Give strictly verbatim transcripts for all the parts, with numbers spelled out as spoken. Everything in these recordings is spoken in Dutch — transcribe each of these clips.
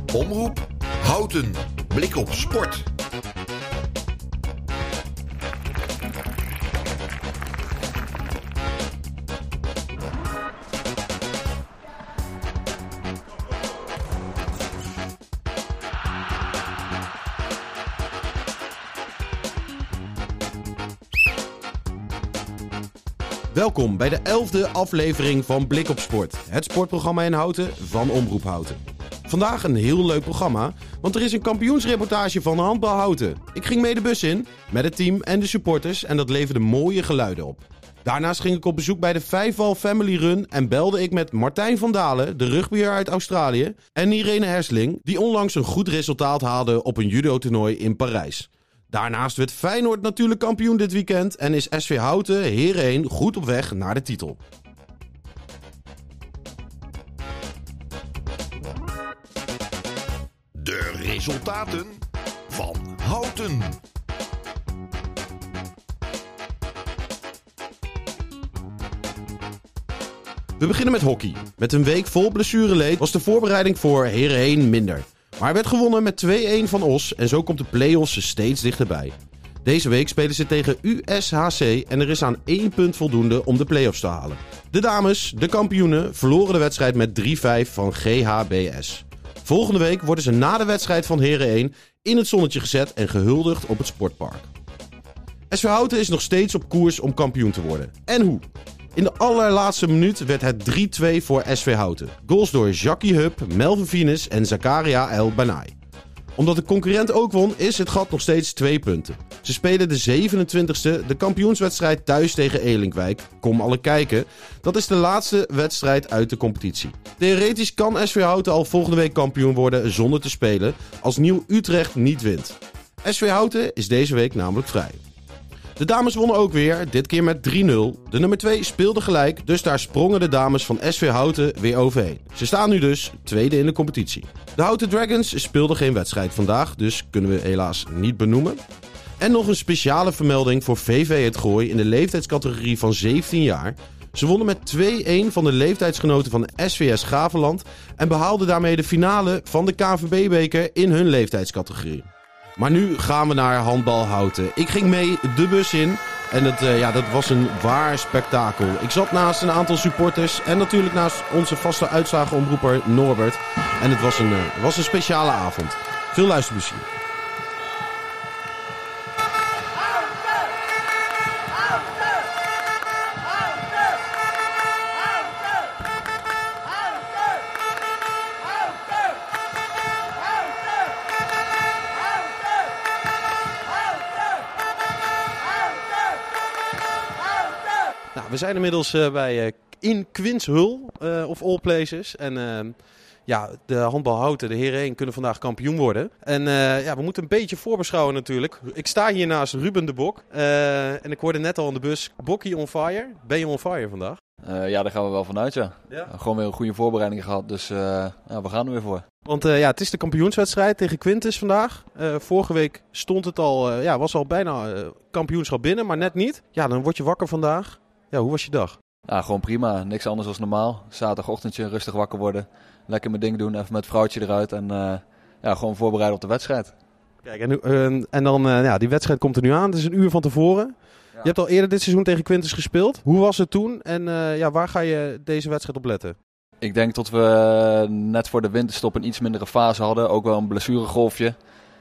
Omroep Houten. Blik op sport. Welkom bij de elfde aflevering van Blik op Sport, het sportprogramma in Houten van Omroep Houten. Vandaag een heel leuk programma, want er is een kampioensreportage van Handbal Houten. Ik ging mee de bus in, met het team en de supporters en dat leverde mooie geluiden op. Daarnaast ging ik op bezoek bij de Vijfwal Family Run en belde ik met Martijn van Dalen, de rugbyer uit Australië, en Irene Hersling, die onlangs een goed resultaat haalde op een judo-toernooi in Parijs. Daarnaast werd Feyenoord natuurlijk kampioen dit weekend en is S V Houten Heren één goed op weg naar de titel. De resultaten van Houten. We beginnen met hockey. Met een week vol blessureleed was de voorbereiding voor Heren één minder. Maar er werd gewonnen met twee-een van Os en zo komt de play-offs steeds dichterbij. Deze week spelen ze tegen U S H C en er is aan één punt voldoende om de play-offs te halen. De dames, de kampioenen, verloren de wedstrijd met drie vijf van G H B S. Volgende week worden ze na de wedstrijd van Heren één in het zonnetje gezet en gehuldigd op het sportpark. S V Houten is nog steeds op koers om kampioen te worden. En hoe? In de allerlaatste minuut werd het drie-twee voor S V Houten. Goals door Jackie Hupp, Melvin Venus en Zakaria El Banai. Omdat de concurrent ook won, is het gat nog steeds twee punten. Ze spelen de zevenentwintigste de kampioenswedstrijd thuis tegen Elinkwijk. Kom alle kijken. Dat is de laatste wedstrijd uit de competitie. Theoretisch kan S V Houten al volgende week kampioen worden zonder te spelen, als Nieuw Utrecht niet wint. S V Houten is deze week namelijk vrij. De dames wonnen ook weer, dit keer met drie nul. De nummer twee speelde gelijk, dus daar sprongen de dames van S V Houten weer overheen. Ze staan nu dus tweede in de competitie. De Houten Dragons speelden geen wedstrijd vandaag, dus kunnen we helaas niet benoemen. En nog een speciale vermelding voor V V Het Gooi in de leeftijdscategorie van zeventien jaar. Ze wonnen met twee-een van de leeftijdsgenoten van S V S Gravenland en behaalden daarmee de finale van de K N V B-beker in hun leeftijdscategorie. Maar nu gaan we naar Handbal Houten. Ik ging mee de bus in en dat, uh, ja, dat was een waar spektakel. Ik zat naast een aantal supporters en natuurlijk naast onze vaste uitslagenomroeper Norbert. En het was een, uh, was een speciale avond. Veel luisterplezier. We zijn inmiddels uh, bij uh, in Quinshul, uh, of all places. En uh, ja, de Handbal Houten, de Heren één, kunnen vandaag kampioen worden. En uh, ja, we moeten een beetje voorbeschouwen natuurlijk. Ik sta hier naast Ruben de Bok. Uh, en ik hoorde net al in de bus, Bokkie on fire. Ben je on fire vandaag? Uh, ja, daar gaan we wel vanuit, ja. ja. Uh, gewoon weer een goede voorbereiding gehad, dus uh, ja, we gaan er weer voor. Want uh, ja, het is de kampioenswedstrijd tegen Quintus vandaag. Uh, vorige week stond het al, uh, ja, was al bijna uh, kampioenschap binnen, maar net niet. Ja, dan word je wakker vandaag. Ja, hoe was je dag? Ja, gewoon prima. Niks anders dan normaal. Zaterdagochtendje rustig wakker worden. Lekker mijn ding doen. Even met het vrouwtje eruit. En uh, ja, gewoon voorbereiden op de wedstrijd. Kijk, en, nu, uh, en dan, uh, ja, die wedstrijd komt er nu aan. Het is een uur van tevoren. Ja. Je hebt al eerder dit seizoen tegen Quintus gespeeld. Hoe was het toen? En uh, ja, waar ga je deze wedstrijd op letten? Ik denk dat we net voor de winterstop een iets mindere fase hadden. Ook wel een blessuregolfje.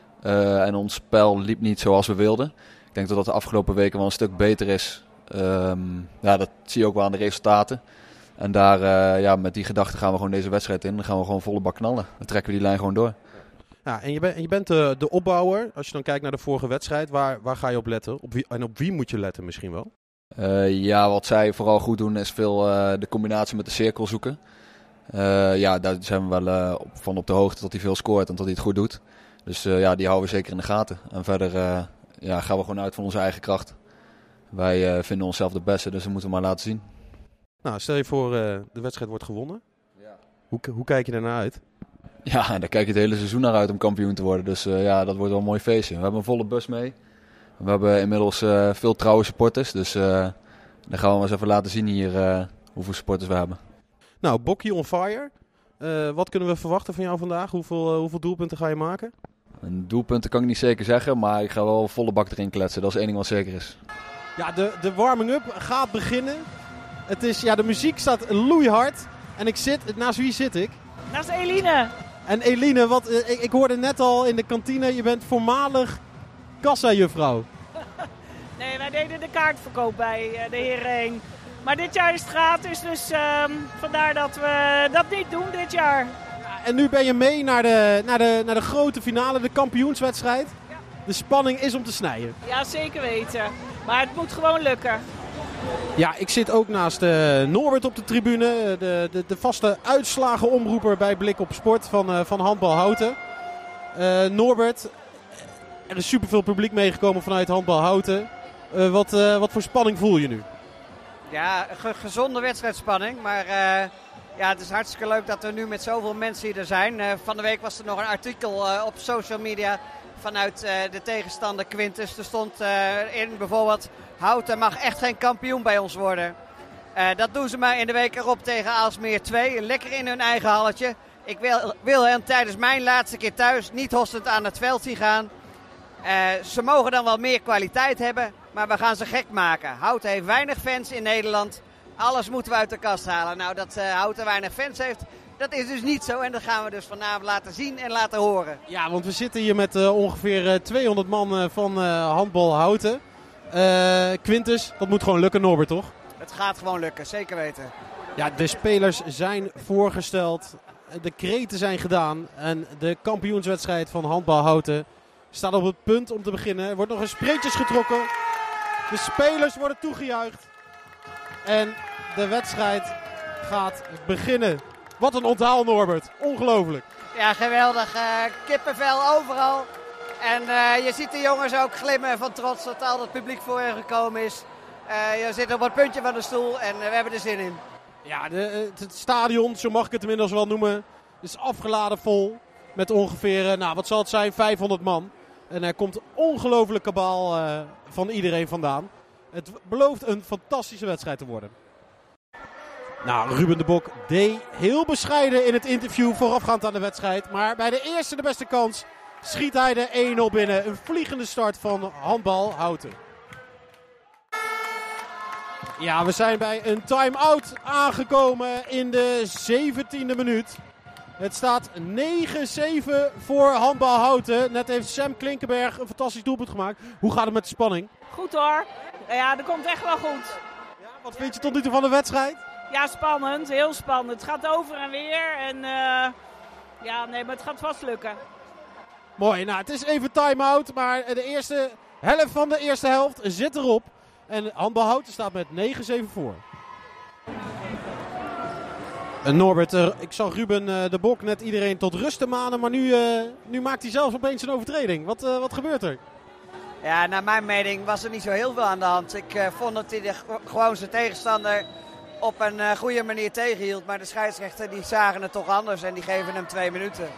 Uh, en ons spel liep niet zoals we wilden. Ik denk dat dat de afgelopen weken wel een stuk beter is. Um, ja, dat zie je ook wel aan de resultaten. En daar, uh, ja, met die gedachte gaan we gewoon deze wedstrijd in. Dan gaan we gewoon volle bak knallen. Dan trekken we die lijn gewoon door. Ja, en je, ben, je bent de, de opbouwer. Als je dan kijkt naar de vorige wedstrijd, waar, waar ga je op letten? Op wie, en op wie moet je letten misschien wel? Uh, ja, wat zij vooral goed doen is veel uh, de combinatie met de cirkel zoeken. Uh, ja, daar zijn we wel uh, op, van op de hoogte dat hij veel scoort en dat hij het goed doet. Dus uh, ja, die houden we zeker in de gaten. En verder uh, ja, gaan we gewoon uit van onze eigen kracht. Wij uh, vinden onszelf de beste, dus dat moeten we maar laten zien. Nou, stel je voor uh, de wedstrijd wordt gewonnen. Ja. Hoe, hoe kijk je daarna uit? Ja, daar kijk je het hele seizoen naar uit om kampioen te worden. Dus uh, ja, dat wordt wel een mooi feestje. We hebben een volle bus mee. We hebben inmiddels uh, veel trouwe supporters. Dus uh, dan gaan we maar eens even laten zien hier uh, hoeveel supporters we hebben. Nou, Bokkie on fire. Uh, wat kunnen we verwachten van jou vandaag? Hoeveel, uh, hoeveel doelpunten ga je maken? Een doelpunten kan ik niet zeker zeggen, maar ik ga wel volle bak erin kletsen. Dat is één ding wat zeker is. Ja, de, de warming-up gaat beginnen. Het is, ja, de muziek staat loeihard. En ik zit, naast wie zit ik? Naast Eline. En Eline, wat, uh, ik, ik hoorde net al in de kantine, je bent voormalig kassajuffrouw. Nee, wij deden de kaartverkoop bij uh, de Heerenveen. Maar dit jaar is het gratis, dus uh, vandaar dat we dat niet doen dit jaar. Ja, en nu ben je mee naar de, naar, de, naar de grote finale, de kampioenswedstrijd. Ja. De spanning is om te snijden. Ja, zeker weten. Maar het moet gewoon lukken. Ja, ik zit ook naast uh, Norbert op de tribune. De, de, de vaste uitslagenomroeper bij Blik op Sport van, uh, van Handbal Houten. Uh, Norbert, er is superveel publiek meegekomen vanuit Handbal Houten. Uh, wat, uh, wat voor spanning voel je nu? Ja, ge- gezonde wedstrijdspanning. Maar uh, ja, het is hartstikke leuk dat er nu met zoveel mensen hier er zijn. Uh, van de week was er nog een artikel uh, op social media vanuit uh, de tegenstander Quintus. Er stond uh, in bijvoorbeeld: Houten mag echt geen kampioen bij ons worden. Uh, dat doen ze maar in de week erop tegen Aalsmeer twee. Lekker in hun eigen halletje. Ik wil, wil hen tijdens mijn laatste keer thuis niet hostend aan het veld zien gaan. Uh, ze mogen dan wel meer kwaliteit hebben, maar we gaan ze gek maken. Houten heeft weinig fans in Nederland. Alles moeten we uit de kast halen. Nou, dat uh, Houten weinig fans heeft, dat is dus niet zo. En dat gaan we dus vanavond laten zien en laten horen. Ja, want we zitten hier met uh, ongeveer uh, tweehonderd man uh, van uh, Handbal Houten. Uh, Quintus, dat moet gewoon lukken, Norbert, toch? Het gaat gewoon lukken, zeker weten. Ja, de spelers zijn voorgesteld. De kreten zijn gedaan. En de kampioenswedstrijd van Handbal Houten staat op het punt om te beginnen. Er wordt nog een spreetjes getrokken. De spelers worden toegejuicht. En de wedstrijd gaat beginnen. Wat een onthaal, Norbert. Ongelooflijk. Ja, geweldig. Uh, kippenvel overal. En uh, je ziet de jongens ook glimmen van trots dat al het publiek voor hen gekomen is. Uh, je zit op het puntje van de stoel en uh, we hebben er zin in. Ja, de, het stadion, zo mag ik het inmiddels wel noemen, is afgeladen vol. Met ongeveer, nou wat zal het zijn, vijfhonderd man. En er komt ongelooflijk kabaal uh, van iedereen vandaan. Het belooft een fantastische wedstrijd te worden. Nou, Ruben de Bok deed heel bescheiden in het interview voorafgaand aan de wedstrijd. Maar bij de eerste de beste kans schiet hij de één nul binnen. Een vliegende start van Handbal Houten. Ja, we zijn bij een time-out aangekomen in de zeventiende minuut. Het staat negen zeven voor Handbal Houten. Net heeft Sam Klinkenberg een fantastisch doelpunt gemaakt. Hoe gaat het met de spanning? Goed hoor. Ja, dat komt echt wel goed. Ja, wat vind je tot nu toe van de wedstrijd? Ja, spannend. Heel spannend. Het gaat over en weer. En uh, ja, nee, maar het gaat vast lukken. Mooi. Nou, het is even time-out. Maar de eerste helft van de eerste helft zit erop. En Handbal Houten staat met negen zeven voor. En Norbert, uh, ik zag Ruben uh, de Bok net iedereen tot rust te manen. Maar nu, uh, nu maakt hij zelf opeens een overtreding. Wat, uh, wat gebeurt er? Ja, naar mijn mening was er niet zo heel veel aan de hand. Ik uh, vond dat hij de, gewoon zijn tegenstander op een uh, goede manier tegenhield. Maar de scheidsrechter die zagen het toch anders en die geven hem twee minuten.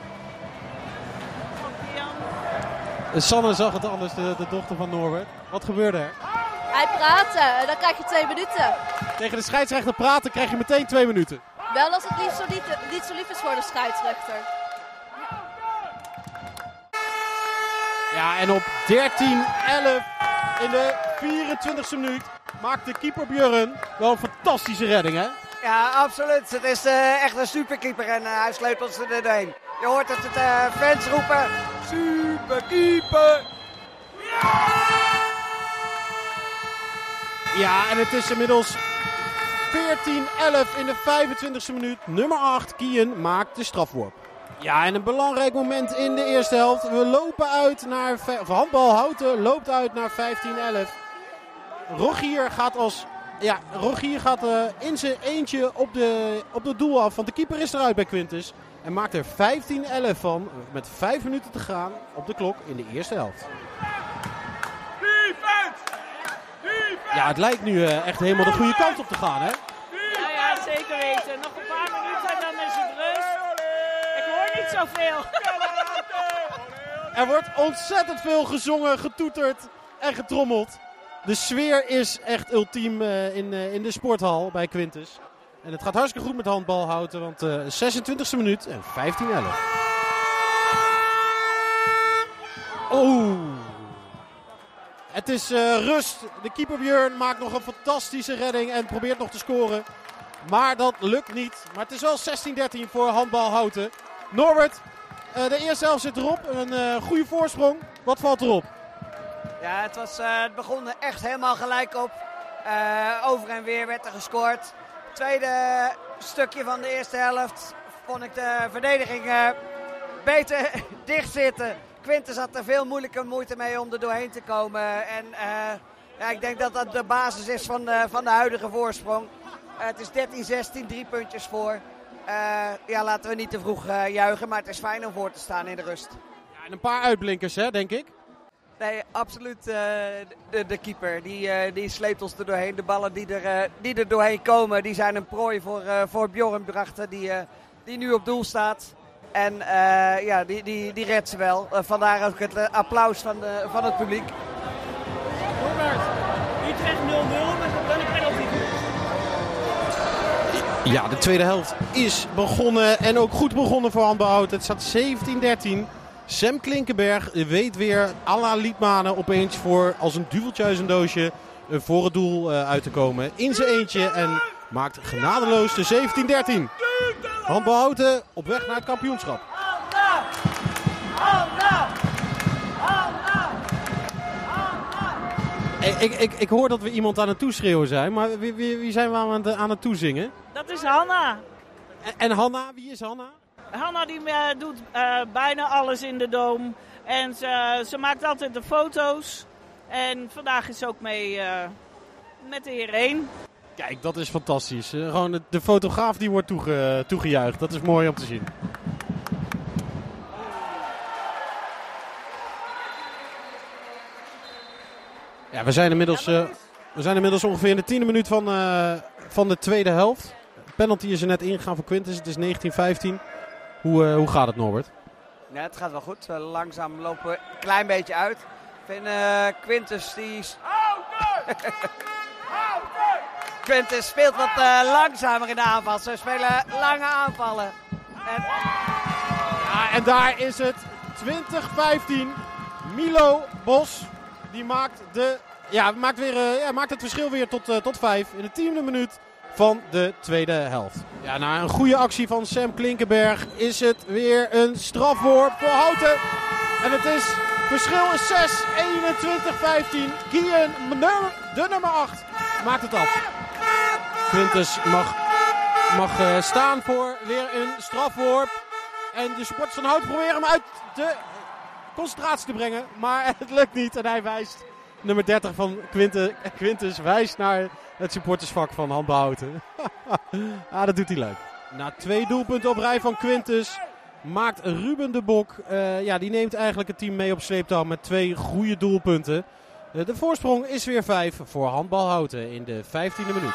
Sanne zag het anders, de, de dochter van Norbert. Wat gebeurde er? Hij praatte en dan krijg je twee minuten. Tegen de scheidsrechter praten krijg je meteen twee minuten. Wel als het niet zo, niet, niet zo lief is voor de scheidsrechter. Ja, en op dertien elf in de vierentwintigste minuut maakt de keeper Björn wel een fantastische redding, hè? Ja, absoluut. Het is uh, echt een superkeeper en uh, hij sleutelt ze er doorheen. Je hoort het, het uh, fans roepen: superkeeper! Ja, en het is inmiddels veertien elf in de vijfentwintigste minuut. Nummer acht, Kien, maakt de strafworp. Ja, en een belangrijk moment in de eerste helft. We lopen uit naar... Of Handbal Houten loopt uit naar vijftien elf. Rogier gaat als... Ja, Rogier gaat uh, in zijn eentje op de, op de doel af. Want de keeper is eruit bij Quintus. En maakt er vijftien elf van. Met vijf minuten te gaan op de klok in de eerste helft. Ja, het lijkt nu uh, echt helemaal de goede kant op te gaan, hè? Ja, ja, zeker weten. Nog een paar minuten en dan is het rust. Ik hoor niet zoveel. Er wordt ontzettend veel gezongen, getoeterd en getrommeld. De sfeer is echt ultiem uh, in, uh, in de sporthal bij Quintus. En het gaat hartstikke goed met handbal Houten, want uh, zesentwintigste minuut en vijftien elf. Oeh. Het is uh, rust. De keeper Björn maakt nog een fantastische redding en probeert nog te scoren. Maar dat lukt niet. Maar het is wel zestien dertien voor handbal Houten. Norbert, uh, de eerste helft zit erop. Een uh, goede voorsprong. Wat valt erop? Ja, het, was, uh, het begon er echt helemaal gelijk op. Uh, over en weer werd er gescoord. Tweede stukje van de eerste helft vond ik de verdediging uh, beter dicht zitten. Quintus had er veel moeilijke moeite mee om er doorheen te komen. En uh, ja, ik denk dat dat de basis is van de, van de huidige voorsprong. Uh, het is dertien zestien, drie puntjes voor. Uh, ja, laten we niet te vroeg uh, juichen, maar het is fijn om voor te staan in de rust. Ja, en een paar uitblinkers, hè, denk ik. Nee, absoluut uh, de, de keeper. Die, uh, die sleept ons er doorheen. De ballen die er, uh, die er doorheen komen, die zijn een prooi voor, uh, voor Bjorn Brachten, die, uh, die nu op doel staat. En uh, ja, die, die, die redt ze wel. Uh, vandaar ook het uh, applaus van, de, van het publiek. Robert, Utrecht nul nul met wel een penalty. Ja, de tweede helft is begonnen en ook goed begonnen voor handbal Houten. Het staat zeventien dertien. Sam Klinkenberg weet weer à la Liedmanen opeens voor als een duveltje uit een doosje voor het doel uh, uit te komen. In zijn eentje en maakt genadeloos de zeventien dertien. Handbal Houten op weg naar het kampioenschap. Hanna! Hanna! Hanna! Ik, ik, ik, ik hoor dat we iemand aan het toeschreeuwen zijn, maar wie, wie, wie zijn we aan het, aan het toezingen? Dat is Hanna. En, en Hanna, wie is Hanna? Hanna die uh, doet uh, bijna alles in de Doom. En ze, ze maakt altijd de foto's. En vandaag is ze ook mee uh, met de heer één. Kijk, dat is fantastisch. Uh, gewoon de, de fotograaf die wordt toege, toegejuicht. Dat is mooi om te zien. Ja, we zijn inmiddels, uh, we zijn inmiddels ongeveer in de tiende minuut van, uh, van de tweede helft. Penalty is er net ingegaan voor Quintus. Het is negentien vijftien. Hoe, uh, hoe gaat het, Norbert? Ja, het gaat wel goed. Uh, langzaam lopen we een klein beetje uit. Ik vind uh, Quintus die... Quintus speelt wat uh, langzamer in de aanval. Ze spelen lange aanvallen. En... Ja, en daar is het twintig vijftien. Milo Bos die maakt, de, ja, maakt, weer, uh, ja, maakt het verschil weer tot, uh, tot vijf in de tiende minuut van de tweede helft. Ja, na een goede actie van Sam Klinkenberg is het weer een strafworp voor Houten. En het is, verschil is zes, eenentwintig vijftien. Guillen, de nummer acht, maakt het af. Quintus mag, mag uh, staan voor weer een strafworp. En de supporters van Houten proberen hem uit de concentratie te brengen. Maar het lukt niet en hij wijst, nummer dertig van Quintus, Quintus wijst naar het supportersvak van handbal Houten. Ah, dat doet hij leuk. Na twee doelpunten op rij van Quintus maakt Ruben de Bok. Uh, ja, die neemt eigenlijk het team mee op sleeptouw met twee goede doelpunten. Uh, de voorsprong is weer vijf voor handbal Houten in de vijftiende minuut.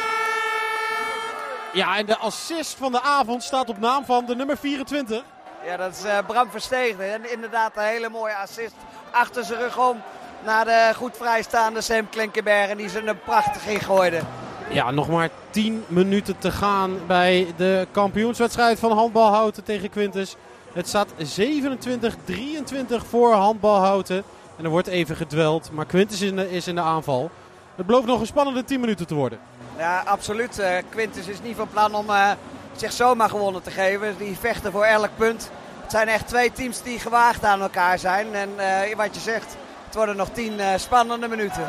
Ja, en de assist van de avond staat op naam van de nummer vierentwintig. Ja, dat is uh, Bram Versteegde. En inderdaad een hele mooie assist achter zijn rug om naar de goed vrijstaande Sam Klinkenberg. En die ze er prachtig in gooide. Ja, nog maar tien minuten te gaan bij de kampioenswedstrijd van handbal Houten tegen Quintus. Het staat zevenentwintig drieëntwintig voor handbal Houten. En er wordt even gedweld, maar Quintus is in de, is in de aanval. Het belooft nog een spannende tien minuten te worden. Ja, absoluut. Uh, Quintus is niet van plan om uh, zich zomaar gewonnen te geven. Die vechten voor elk punt. Het zijn echt twee teams die gewaagd aan elkaar zijn. En uh, wat je zegt, het worden nog tien uh, spannende minuten.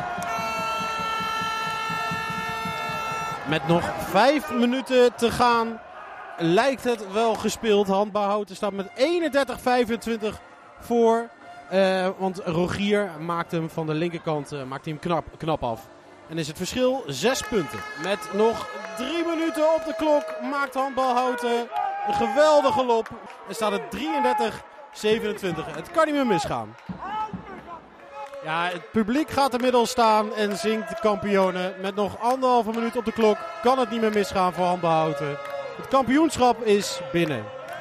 Met nog vijf minuten te gaan lijkt het wel gespeeld. Handbal Houten staat met eenendertig vijfentwintig voor. Uh, want Rogier maakt hem van de linkerkant uh, maakt hij hem knap, knap af. En is het verschil zes punten. Met nog drie minuten op de klok maakt handbal Houten een geweldige lop. En staat het drieëndertig zevenentwintig. Het kan niet meer misgaan. Ja, het publiek gaat inmiddels staan en zingt de kampioenen. Met nog anderhalve minuut op de klok kan het niet meer misgaan voor handbal Houten. Het kampioenschap is binnen.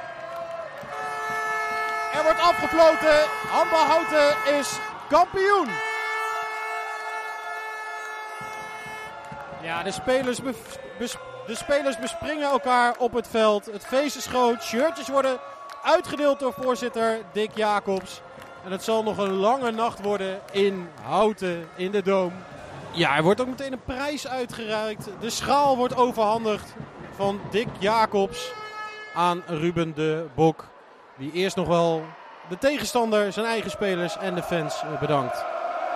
Er wordt afgefloten. Handbal Houten is kampioen. Ja, de spelers be- bes- De spelers bespringen elkaar op het veld. Het feest is groot. Shirtjes worden uitgedeeld door voorzitter Dick Jacobs. En het zal nog een lange nacht worden in Houten, in de Dome. Ja, er wordt ook meteen een prijs uitgereikt. De schaal wordt overhandigd van Dick Jacobs aan Ruben de Bok. Die eerst nog wel de tegenstander, zijn eigen spelers en de fans bedankt.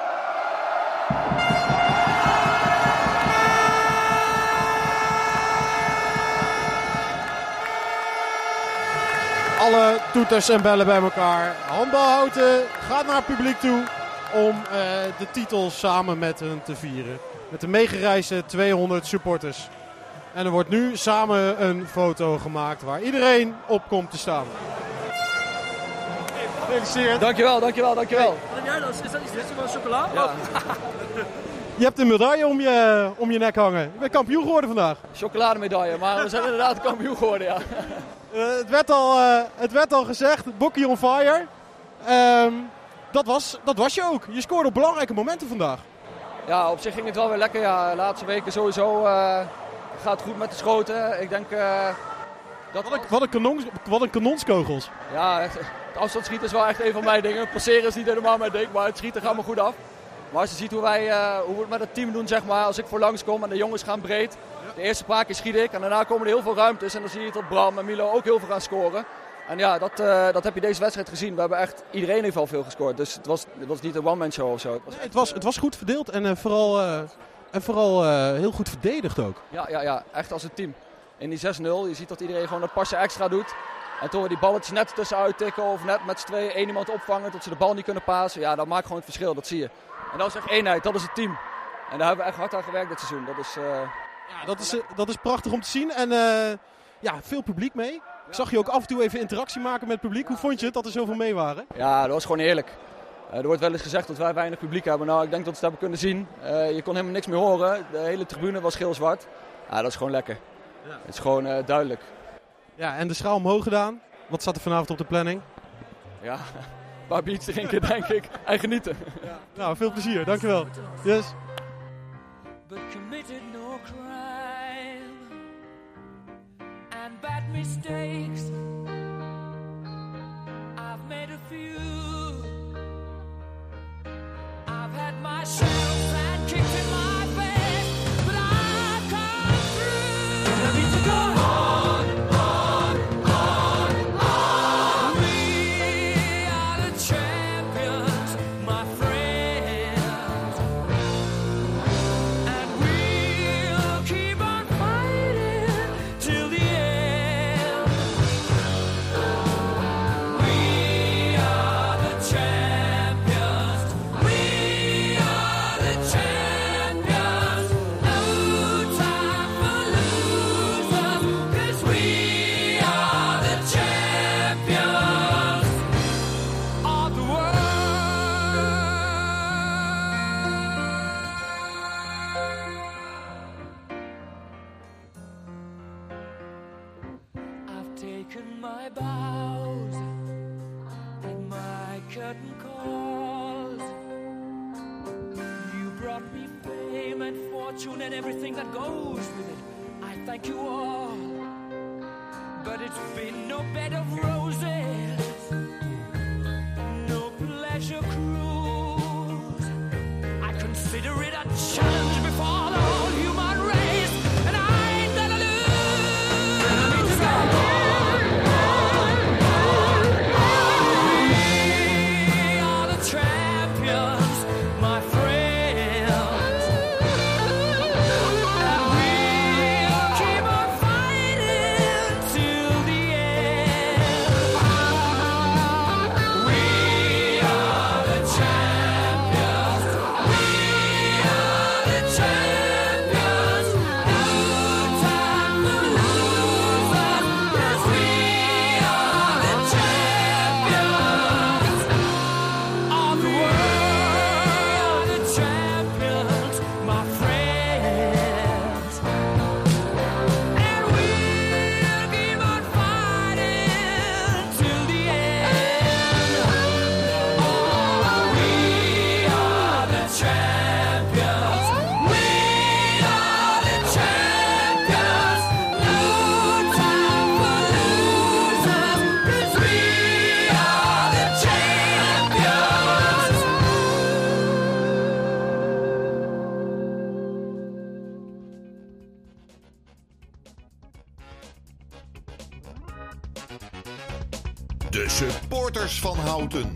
Alle toeters en bellen bij elkaar. Handbal Houten gaat naar het publiek toe om uh, de titel samen met hen te vieren. Met de meegereisde tweehonderd supporters. En er wordt nu samen een foto gemaakt waar iedereen op komt te staan. Gefeliciteerd. Dankjewel, dankjewel, dankjewel. Wat heb jij dan? Is dat iets van chocola? Ja. Je hebt een medaille om je, om je nek hangen. Je bent kampioen geworden vandaag. Chocolademedaille, maar we zijn inderdaad kampioen geworden, ja. Uh, het, werd al, uh, het werd al gezegd, Bokkie on fire. Um, dat, was, dat was je ook. Je scoorde op belangrijke momenten vandaag. Ja, op zich ging het wel weer lekker. Ja, de laatste weken sowieso uh, gaat goed met de schoten. Ik denk... Uh, dat wat, een, wat, een kanons, wat een kanonskogels. Ja, echt, het afstandsschieten is wel echt een van mijn dingen. Passeren is niet helemaal mijn ding, maar het schieten gaat me goed af. Maar als je ziet hoe, wij, uh, hoe we het met het team doen, zeg maar, als ik voorlangs kom en de jongens gaan breed. De eerste paar keer schiet ik en daarna komen er heel veel ruimtes. En dan zie je dat Bram en Milo ook heel veel gaan scoren. En ja, dat, uh, dat heb je deze wedstrijd gezien. We hebben echt, iedereen heeft al veel gescoord. Dus het was, het was niet een one-man show of zo. Het was, nee, het was, het was goed verdeeld en uh, vooral, uh, en vooral uh, heel goed verdedigd ook. Ja, ja, ja, echt als een team. In die zes nul, je ziet dat iedereen gewoon een pasje extra doet. En toen we die balletjes net tussenuit tikken of net met z'n tweeën één iemand opvangen tot ze de bal niet kunnen pasen. Ja, dat maakt gewoon het verschil, dat zie je. En dat is echt eenheid, dat is het team. En daar hebben we echt hard aan gewerkt dit seizoen. Dat is, uh, ja, dat is, uh, dat is prachtig om te zien. En uh, ja, veel publiek mee. Ik zag je ook af en toe even interactie maken met het publiek. Hoe vond je het dat er zoveel mee waren? Ja, dat was gewoon heerlijk. Uh, er wordt wel eens gezegd dat wij weinig publiek hebben. Nou, ik denk dat we het hebben kunnen zien. Uh, je kon helemaal niks meer horen. De hele tribune was geel-zwart. Ja, dat is gewoon lekker. Ja. Het is gewoon uh, duidelijk. Ja, en de schaal omhoog gedaan. Wat staat er vanavond op de planning? Ja, een paar biertjes drinken, denk ik. En genieten. Ja. Nou, veel plezier. Dankjewel. Yes. But committed no crime and bad mistakes. I've made a few. I've had my shells and kicked in my face, but I've come through. I need to go on, on, on, on. We are the champions, my friends, and we'll keep on fighting till the end. We are the champions. We are the champions. No time for losers, 'cause we are the champions of the world. I've taken my bows and my curtain calls. You brought me fame and fortune and everything that goes with it. I thank you all, but it's been no bed of roses, no pleasure cruise. I consider it a challenge before the whole human race, and I ain't gonna lose. I need to go on, on, on, on. We are the champions, my friends, and we'll keep on fighting till the end. De supporters van Houten.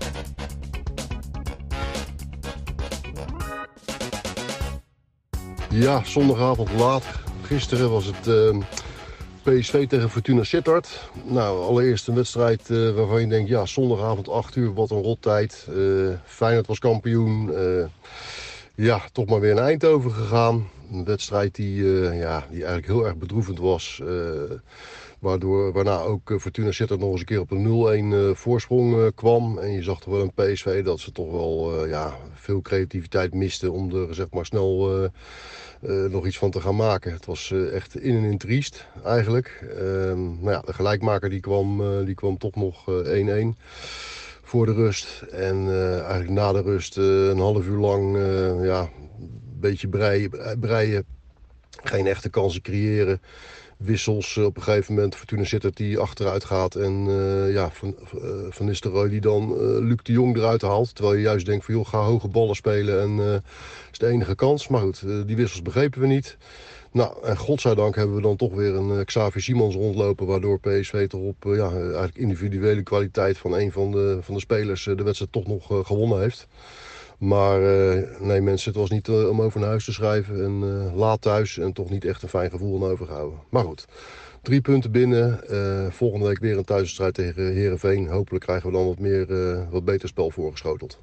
Ja, zondagavond laat. Gisteren was het uh, P S V tegen Fortuna Sittard. Nou, allereerst een wedstrijd uh, waarvan je denkt, ja, zondagavond acht uur, wat een rottijd. Uh, Feyenoord was kampioen. Uh, ja, toch maar weer naar Eindhoven gegaan. Een wedstrijd die, uh, ja, die eigenlijk heel erg bedroevend was. Uh, waardoor, waarna ook uh, Fortuna Sittard nog eens een keer op een nul-een uh, voorsprong uh, kwam. En je zag toch wel een P S V dat ze toch wel uh, ja, veel creativiteit misten om er zeg maar snel... Uh, Uh, nog iets van te gaan maken. Het was uh, echt in en in triest eigenlijk. Uh, nou ja, de gelijkmaker die kwam, uh, die kwam toch nog één-één uh, voor de rust. En uh, eigenlijk na de rust uh, een half uur lang uh, ja, een beetje breien, breien. Geen echte kansen creëren. Wissels uh, op een gegeven moment. Fortuna Sittard die achteruit gaat. En uh, ja, Van, uh, van Nistelrooy die dan uh, Luc de Jong eruit haalt. Terwijl je juist denkt van joh, ga hoge ballen spelen. En uh, is de enige kans. Maar goed, uh, die wissels begrepen we niet. Nou, en godzijdank hebben we dan toch weer een uh, Xavier Simons rondlopen. Waardoor P S V toch op uh, ja, eigenlijk individuele kwaliteit van een van de, van de spelers uh, de wedstrijd toch nog uh, gewonnen heeft. Maar uh, nee mensen, het was niet uh, om over naar huis te schrijven. En uh, laat thuis en toch niet echt een fijn gevoel aan overgehouden. Maar goed, drie punten binnen. Uh, volgende week weer een thuiswedstrijd tegen Heerenveen. Hopelijk krijgen we dan wat, meer, uh, wat beter spel voorgeschoteld.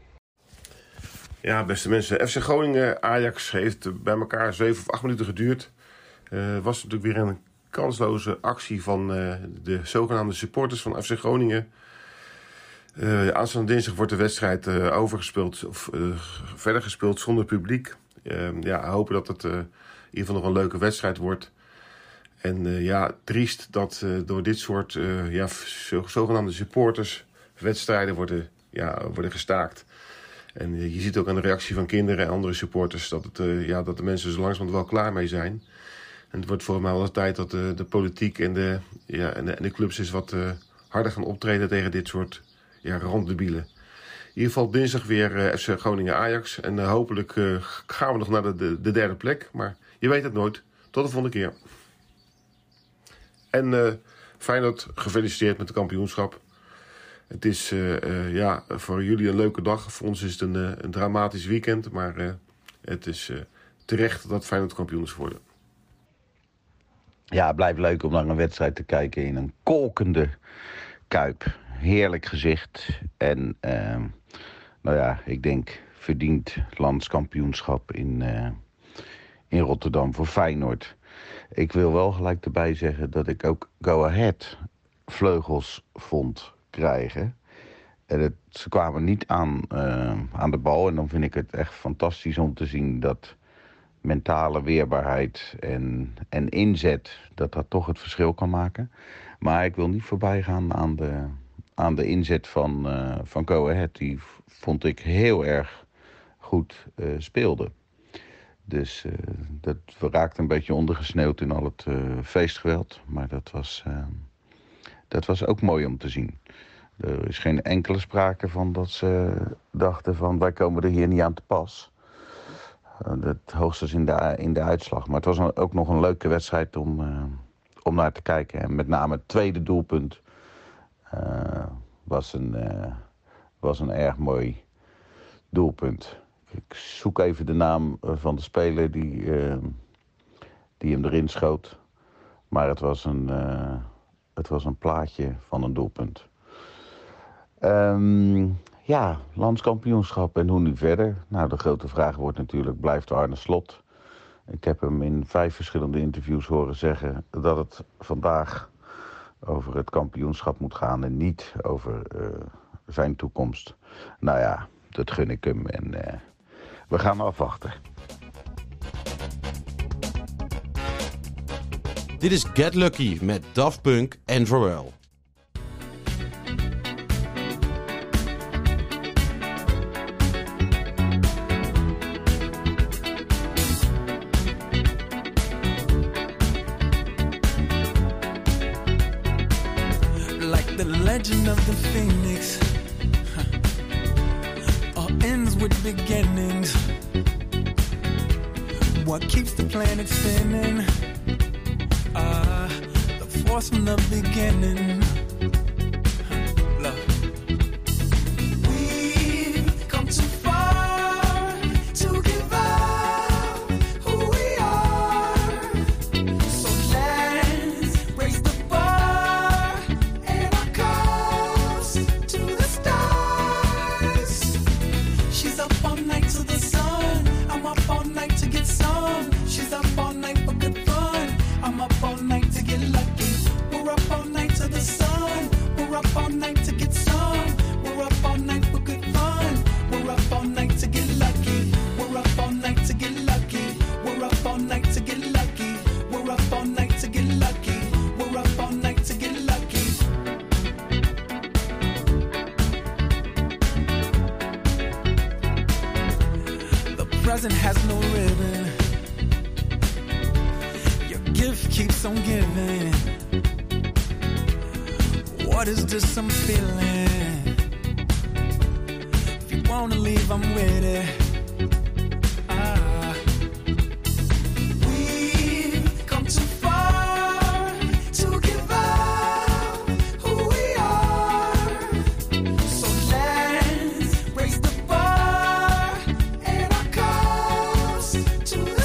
Ja, beste mensen. F C Groningen Ajax heeft bij elkaar zeven of acht minuten geduurd. Het uh, was natuurlijk weer een kansloze actie van uh, de zogenaamde supporters van F C Groningen. Uh, aanstaande dinsdag wordt de wedstrijd uh, overgespeeld of uh, verder gespeeld zonder publiek. Uh, ja, hopen dat het uh, in ieder geval nog een leuke wedstrijd wordt. En uh, ja, triest dat uh, door dit soort uh, ja, zogenaamde supporters wedstrijden worden, ja, worden gestaakt. En uh, je ziet ook aan de reactie van kinderen en andere supporters dat, het, uh, ja, dat de mensen zo langzamerhand wel klaar mee zijn. En het wordt voor mij wel de tijd dat de, de politiek en de, ja, en de, en de clubs eens wat uh, harder gaan optreden tegen dit soort ja, randdebielen. In ieder geval dinsdag weer uh, F C Groningen Ajax. En uh, hopelijk uh, gaan we nog naar de, de, de derde plek. Maar je weet het nooit. Tot de volgende keer. En uh, Feyenoord, gefeliciteerd met het kampioenschap. Het is uh, uh, ja, voor jullie een leuke dag. Voor ons is het een, uh, een dramatisch weekend. Maar uh, het is uh, terecht dat Feyenoord kampioen is geworden. Ja, het blijft leuk om naar een wedstrijd te kijken in een kolkende Kuip. Heerlijk gezicht. En uh, nou ja, ik denk verdiend landskampioenschap in, uh, in Rotterdam voor Feyenoord. Ik wil wel gelijk erbij zeggen dat ik ook Go Ahead vleugels vond krijgen. En het, ze kwamen niet aan, uh, aan de bal. En dan vind ik het echt fantastisch om te zien dat mentale weerbaarheid en, en inzet, dat dat toch het verschil kan maken. Maar ik wil niet voorbij gaan aan de, aan de inzet van, uh, van Go Ahead. Die vond ik heel erg goed uh, speelde. Dus uh, dat raakte een beetje ondergesneeuwd in al het uh, feestgeweld. Maar dat was, uh, dat was ook mooi om te zien. Er is geen enkele sprake van dat ze dachten van wij komen er hier niet aan te pas. Uh, dat hoogstens in de, in de uitslag. Maar het was een, ook nog een leuke wedstrijd om, uh, om naar te kijken. En met name het tweede doelpunt uh, was, een, uh, was een erg mooi doelpunt. Ik zoek even de naam van de speler die, uh, die hem erin schoot. Maar het was een, uh, het was een plaatje van een doelpunt. Um, ja, landskampioenschap en hoe nu verder? Nou, de grote vraag wordt natuurlijk, blijft Arne Slot? Ik heb hem in vijf verschillende interviews horen zeggen dat het vandaag over het kampioenschap moet gaan en niet over uh, zijn toekomst. Nou ja, dat gun ik hem en uh, we gaan afwachten. Dit is Get Lucky met Daft Punk en Pharrell. Like the legend of the phoenix, huh. All ends with beginnings. What keeps the planet spinning? Ah, uh, the force from the beginning. Huh. all night to get some. We're up all night for good fun. We're up all night to get lucky. We're up all night to get lucky. We're up all night to get lucky. We're up all night to get lucky. We're up all night to get lucky. The present has no ribbon. Your gift keeps on giving. What is this I'm feeling? If you wanna leave, I'm with it. Ah. We've come too far to give up who we are. So let's raise the bar and our cups to the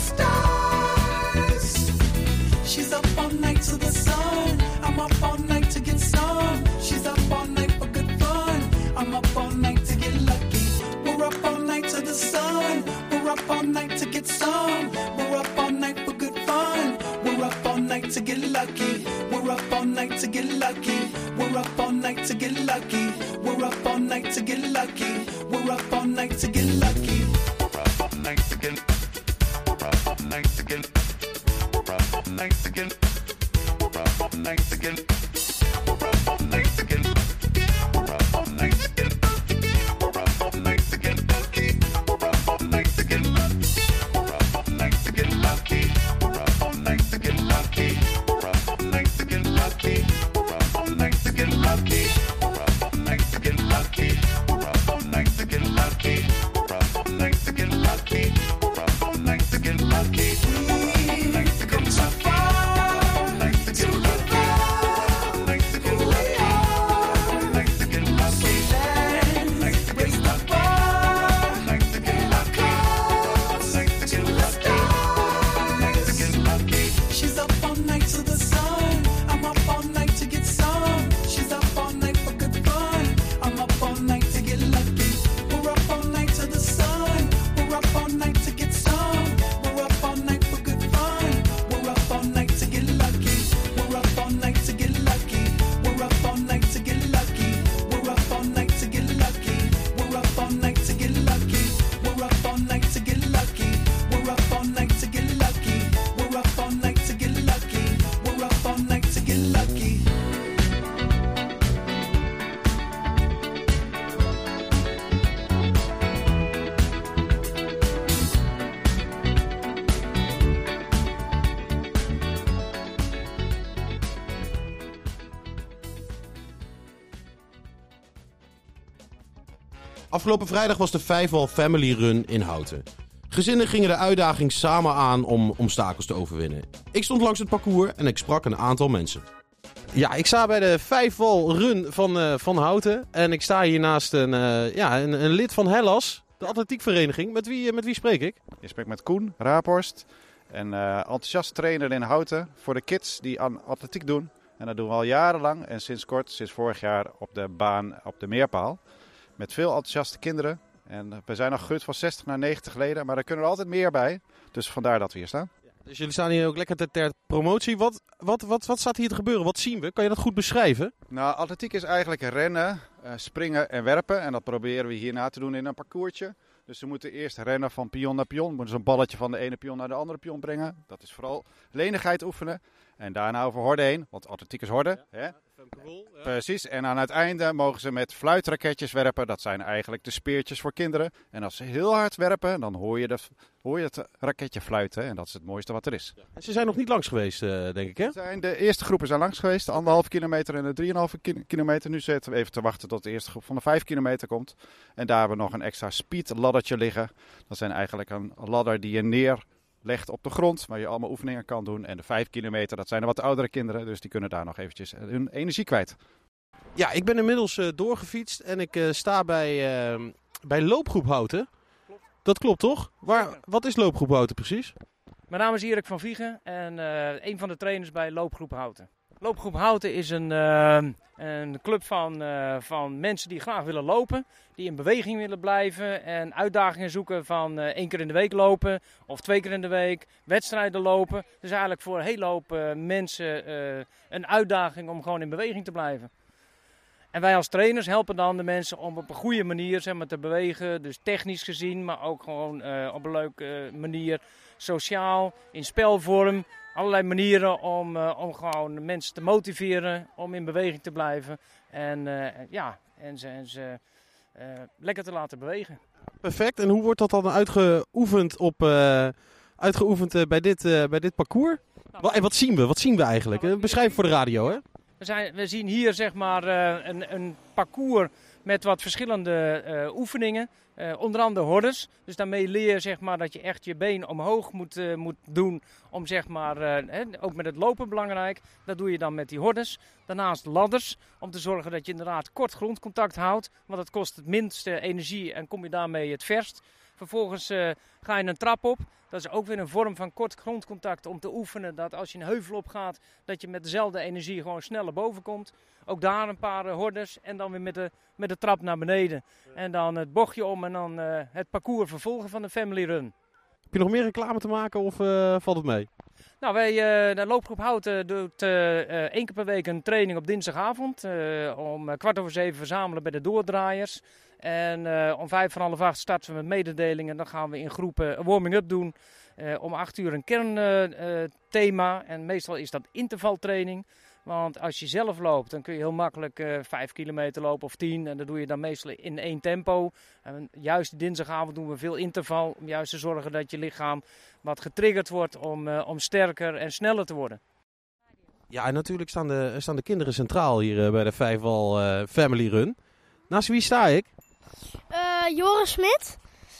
stars. She's up all night to the sun. I'm up all night to get some. She's up all night for good fun. I'm up all night to get lucky. We're up all night to the sun. We're up all night to get some. We're up all night for good fun. We're up all night to get lucky. We're up all night to get lucky. We're up all night to get lucky. We're up all night to get lucky. We're up all night to get lucky. We're up all night to get. We're up all night to get. We're up all night to get. We're up all night to get. We're up all night to get. We're up all night to get. We're up all night to get lucky. We're up all night to get lucky. We're up all night to get lucky. We're up all night to get lucky. We're up all night to get lucky. We're up all night to get lucky. We're up all night to get lucky. We're up all night to get lucky. We're up all night to get lucky. We're up all night to get lucky. We've come so far to give up who we are. So let's raise the bar and our cups to the stars. She's up all night to the sun. I'm up all night to get some. She's up all night for good fun. I'm up all night to get lucky. We're up all night to the sun. We're up all night to get some. We're up all night for good fun. We're up all night to get lucky. We're up all night to get lucky. We're up all night to get lucky. We're up all night to get lucky. We're up all night to get lucky. We're up all night to get lucky. We're up all night to get lucky. We're up all night to get lucky. We're up all night to get lucky. Afgelopen vrijdag was de Vijfwal Family Run in Houten. Gezinnen gingen de uitdaging samen aan om obstakels te overwinnen. Ik stond langs het parcours en ik sprak een aantal mensen. Ja, ik sta bij de Vijfwal Run van, uh, van Houten. En ik sta hier naast een, uh, ja, een, een lid van Hellas, de atletiekvereniging. Met wie, uh, met wie spreek ik? Je spreekt met Koen Raaphorst. En uh, enthousiast trainer in Houten voor de kids die aan atletiek doen. En dat doen we al jarenlang. En sinds kort, sinds vorig jaar op de baan op de Meerpaal. Met veel enthousiaste kinderen. En we zijn nog gegroeid van zestig naar negentig leden. Maar er kunnen er altijd meer bij. Dus vandaar dat we hier staan. Dus jullie staan hier ook lekker ter, ter promotie. Wat, wat, wat, wat staat hier te gebeuren? Wat zien we? Kan je dat goed beschrijven? Nou, atletiek is eigenlijk rennen, uh, springen en werpen. En dat proberen we hierna te doen in een parcoursje. Dus we moeten eerst rennen van pion naar pion. We moeten zo'n balletje van de ene pion naar de andere pion brengen. Dat is vooral lenigheid oefenen. En daarna over horden heen, want atletiek is horden. Ja, hè? Ja. Precies, en aan het einde mogen ze met fluitraketjes werpen. Dat zijn eigenlijk de speertjes voor kinderen. En als ze heel hard werpen, dan hoor je, de, hoor je het raketje fluiten. En dat is het mooiste wat er is. Ja. En ze zijn nog niet langs geweest, uh, denk ik, hè? Zijn de eerste groepen zijn langs geweest. De anderhalve kilometer en de drieënhalve kilometer. Nu zitten we even te wachten tot de eerste groep van de vijf kilometer komt. En daar hebben we nog een extra speed laddertje liggen. Dat zijn eigenlijk een ladder die je neer... legt op de grond, waar je allemaal oefeningen kan doen. En de vijf kilometer, dat zijn de wat oudere kinderen. Dus die kunnen daar nog eventjes hun energie kwijt. Ja, ik ben inmiddels uh, doorgefietst en ik uh, sta bij, uh, bij Loopgroep Houten. Klopt. Dat klopt toch? Waar, wat is Loopgroep Houten precies? Mijn naam is Erik van Viegen en uh, een van de trainers bij Loopgroep Houten. Loopgroep Houten is een, uh, een club van, uh, van mensen die graag willen lopen. Die in beweging willen blijven en uitdagingen zoeken van uh, één keer in de week lopen of twee keer in de week. Wedstrijden lopen. Dus eigenlijk voor een hele hoop uh, mensen uh, een uitdaging om gewoon in beweging te blijven. En wij als trainers helpen dan de mensen om op een goede manier zeg maar, te bewegen. Dus technisch gezien, maar ook gewoon uh, op een leuke uh, manier. Sociaal, in spelvorm. Allerlei manieren om, uh, om gewoon mensen te motiveren om in beweging te blijven. En, uh, ja, en ze, en ze uh, lekker te laten bewegen. Perfect. En hoe wordt dat dan uitgeoefend, op, uh, uitgeoefend uh, bij, dit, uh, bij dit parcours? Nou, wat, en wat zien we? Wat zien we eigenlijk? Nou, Beschrijf voor de radio, hè? We, zijn, we zien hier zeg maar uh, een, een parcours met wat verschillende uh, oefeningen. Uh, onder andere hordes. Dus daarmee leer je zeg maar, dat je echt je been omhoog moet, uh, moet doen. Om zeg maar, uh, hè, ook met het lopen belangrijk. Dat doe je dan met die hordes. Daarnaast ladders. Om te zorgen dat je inderdaad kort grondcontact houdt. Want dat kost het minste energie en kom je daarmee het verst. Vervolgens uh, ga je een trap op. Dat is ook weer een vorm van kort grondcontact om te oefenen. Dat als je een heuvel op gaat, dat je met dezelfde energie gewoon sneller boven komt. Ook daar een paar uh, hordes en dan weer met de, met de trap naar beneden. En dan het bochtje om en dan uh, het parcours vervolgen van de Family Run. Heb je nog meer reclame te maken of uh, valt het mee? Nou, wij, uh, de loopgroep Houten doet uh, uh, één keer per week een training op dinsdagavond. Uh, om uh, kwart over zeven verzamelen bij de doordraaiers. En uh, om vijf van half acht starten we met mededelingen. Dan gaan we in groepen een warming-up doen. Uh, om acht uur een kernthema. Uh, uh, en meestal is dat intervaltraining. Want als je zelf loopt, dan kun je heel makkelijk uh, vijf kilometer lopen of tien. En dat doe je dan meestal in één tempo. En juist dinsdagavond doen we veel interval. Om juist te zorgen dat je lichaam wat getriggerd wordt om, uh, om sterker en sneller te worden. Ja, en natuurlijk staan de, staan de kinderen centraal hier uh, bij de Vijfwal uh, Family Run. Naast wie sta ik? Uh, Joris Smit.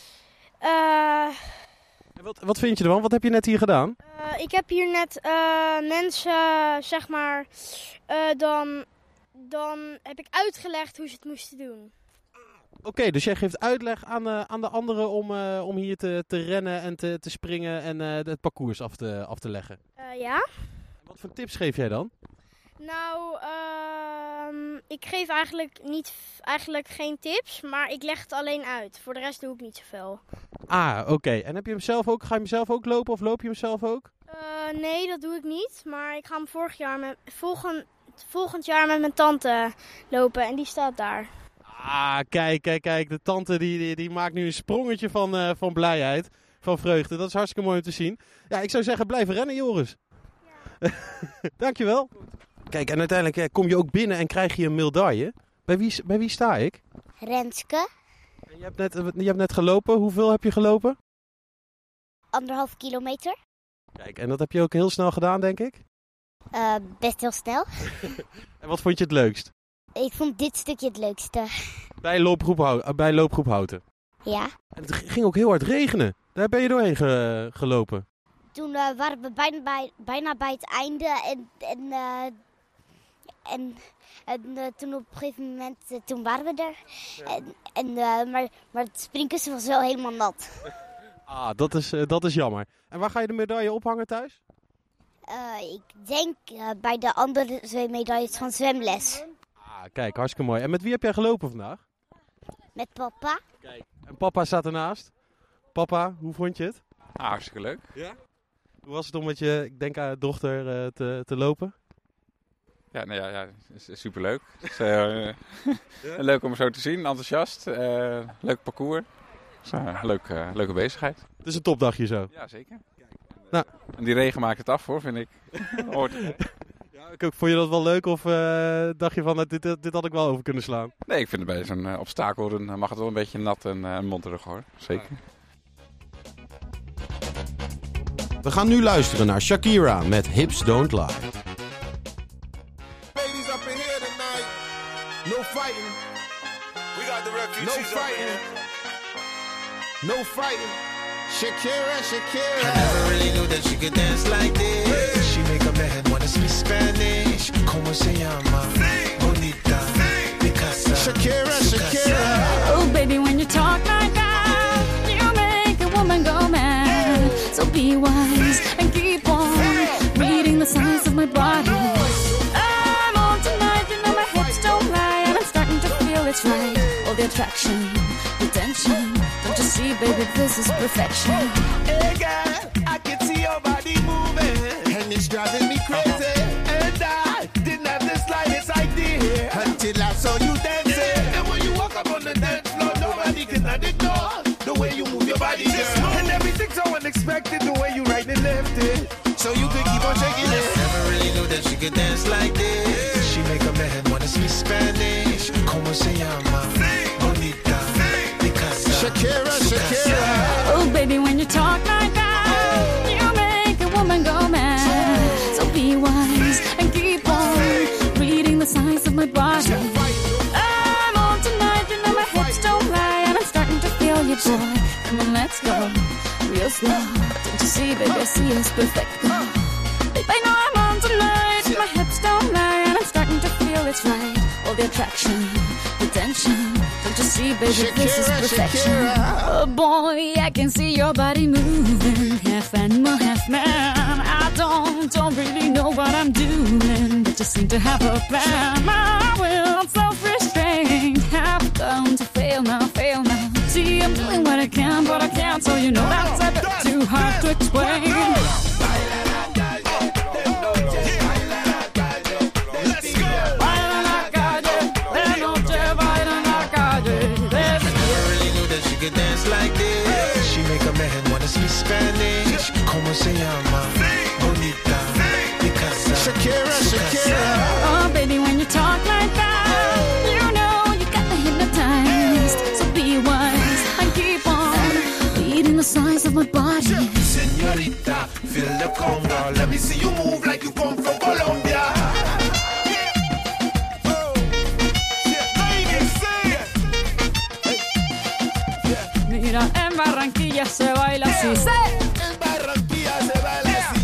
Uh... Wat, wat vind je ervan? Wat heb je net hier gedaan? Uh, ik heb hier net uh, mensen, zeg maar, uh, dan, dan heb ik uitgelegd hoe ze het moesten doen. Oké, okay, dus jij geeft uitleg aan, uh, aan de anderen om, uh, om hier te, te rennen en te, te springen en uh, het parcours af te, af te leggen? Uh, ja. Wat voor tips geef jij dan? Nou, uh, ik geef eigenlijk, niet, eigenlijk geen tips, maar ik leg het alleen uit. Voor de rest doe ik niet zoveel. Ah, oké. Okay. En heb je hem zelf ook, ga je hem zelf ook lopen of loop je hem zelf ook? Uh, nee, dat doe ik niet. Maar ik ga hem vorig jaar met, volgend, volgend jaar met mijn tante lopen en die staat daar. Ah, kijk, kijk, kijk. De tante die, die, die maakt nu een sprongetje van, uh, van blijheid, van vreugde. Dat is hartstikke mooi om te zien. Ja, ik zou zeggen, blijf rennen, Joris. Ja. Dankjewel. Kijk, en uiteindelijk kom je ook binnen en krijg je een medaille. Bij wie, bij wie sta ik? Renske. Je hebt, net, je hebt net gelopen. Hoeveel heb je gelopen? Anderhalf kilometer. Kijk, en dat heb je ook heel snel gedaan, denk ik? Uh, best heel snel. En wat vond je het leukst? Ik vond dit stukje het leukste. Bij loopgroep, bij loopgroep Houten? Ja. En het ging ook heel hard regenen. Daar ben je doorheen ge, gelopen. Toen uh, waren we bijna bij, bijna bij het einde en... en uh, En, en uh, toen op een gegeven moment, uh, toen waren we er. Ja. En, en, uh, maar, maar het springkussen was wel helemaal nat. Ah, dat is, uh, dat is jammer. En waar ga je de medaille ophangen thuis? Uh, ik denk uh, bij de andere twee medailles van zwemles. Ah, kijk, hartstikke mooi. En met wie heb jij gelopen vandaag? Met papa. Kijk. En papa staat ernaast. Papa, hoe vond je het? Ah, hartstikke leuk. Ja? Hoe was het om met je, ik denk aan dochter, uh, te, te lopen? Ja, nou ja, ja, superleuk. Het is uh, ja? leuk om zo te zien, enthousiast. Uh, leuk parcours. Dus, uh, leuk, uh, leuke bezigheid. Het is een topdagje zo. Ja, zeker. Nou. En die regen maakt het af hoor, vind ik. Ja, vond je dat wel leuk of uh, dacht je van uh, dit, dit had ik wel over kunnen slaan? Nee, ik vind het bij zo'n uh, obstakel dan mag het wel een beetje nat en uh, monterig hoor. Zeker. We gaan nu luisteren naar Shakira met Hips Don't Lie. No fighting. We got the refugees. No fighting. No fighting. Shakira, Shakira. I never really knew that she could dance like this. Hey. She make a man wanna speak Spanish. Como se llama? Sí. Bonita. Sí. Picasa. Shakira, Shakira. Oh baby, when you talk like that, you make a woman go mad. So be wise sí. and keep on sí. reading the signs of my body. It's right, all the attraction, the tension. Don't you see, baby, this is perfection. Hey girl, I can see your body moving, and it's driving me crazy. And I didn't have the slightest idea until I saw you dancing. And when you walk up on the dance floor, nobody cannot ignore the way you move your body, girl. And everything's so unexpected, the way you right and left it. So you could keep on shaking it. Never really knew that she could dance like this. She make a man wanna speak Spanish. Como se llama? Bonita. Shakira, Shakira. Oh, baby, when you talk like that, you make a woman go mad. So be wise and keep on reading the signs of my body. I'm on tonight, you know my hips don't lie, and I'm starting to feel you, boy. Come on, let's go, real slow. Don't you see, baby, I see it's perfect. Babe, I know I'm on tonight, my hips don't lie, and I'm starting to feel it's right. All the attraction, the tension. Don't you see, baby, Shakira, this is perfection. Shakira. Oh boy, I can see your body moving, half animal, half man. I don't, don't really know what I'm doing, but just seem to have a plan. My will, self-restraint, have come to fail now, fail now. See, I'm doing what I can, but I can't, so you know that's a bit too hard to explain. Could dance like this. She make a man wanna speak Spanish. Como se llama? Bonita. Picasa. Shakira, Shakira. Oh, baby, when you talk like that, you know you got me hypnotized. So be wise and keep on reading the signs of my body. Señorita, feel the conga. Let me see you move like you come from Colombia. Mira, en Barranquilla se baila así. En Barranquilla se baila así.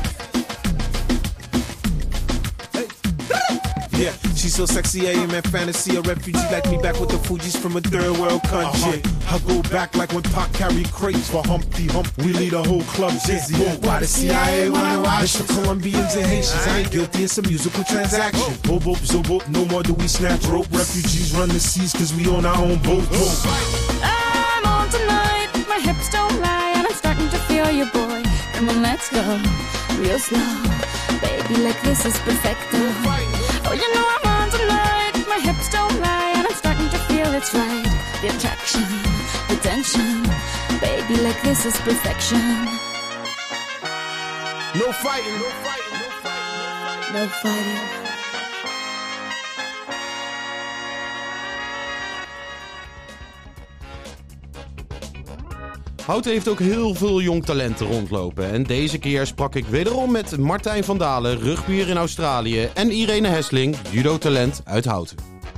Yeah, she's so sexy, I am in fantasy. A refugee like me back with the Fugees from a third world country. Uh-huh. I go back like when Pac carried crates for Humpty Hump. We lead a whole club dizzy. Why the C I A wanna watch? It's the Colombians and Haitians. I ain't guilty, it's a musical transaction. Boop, boop, zo, boop, no more do we snatch rope. Refugees run the seas cause we on our own boat. I'm on tonight, my hips don't lie, and I'm starting to feel you, boy. Come on, let's go, real slow. Baby, like this is perfecto. Oh, you know I'm on tonight, my hips don't lie, and I'm starting to feel it's right. The attraction, the tension. Baby, like this is perfection. No fighting, no fighting, no fighting. No fighting. Houten heeft ook heel veel jong talenten rondlopen. En deze keer sprak ik wederom met Martijn van Dalen, rugbier in Australië, en Irene Hesling, judo-talent uit Houten.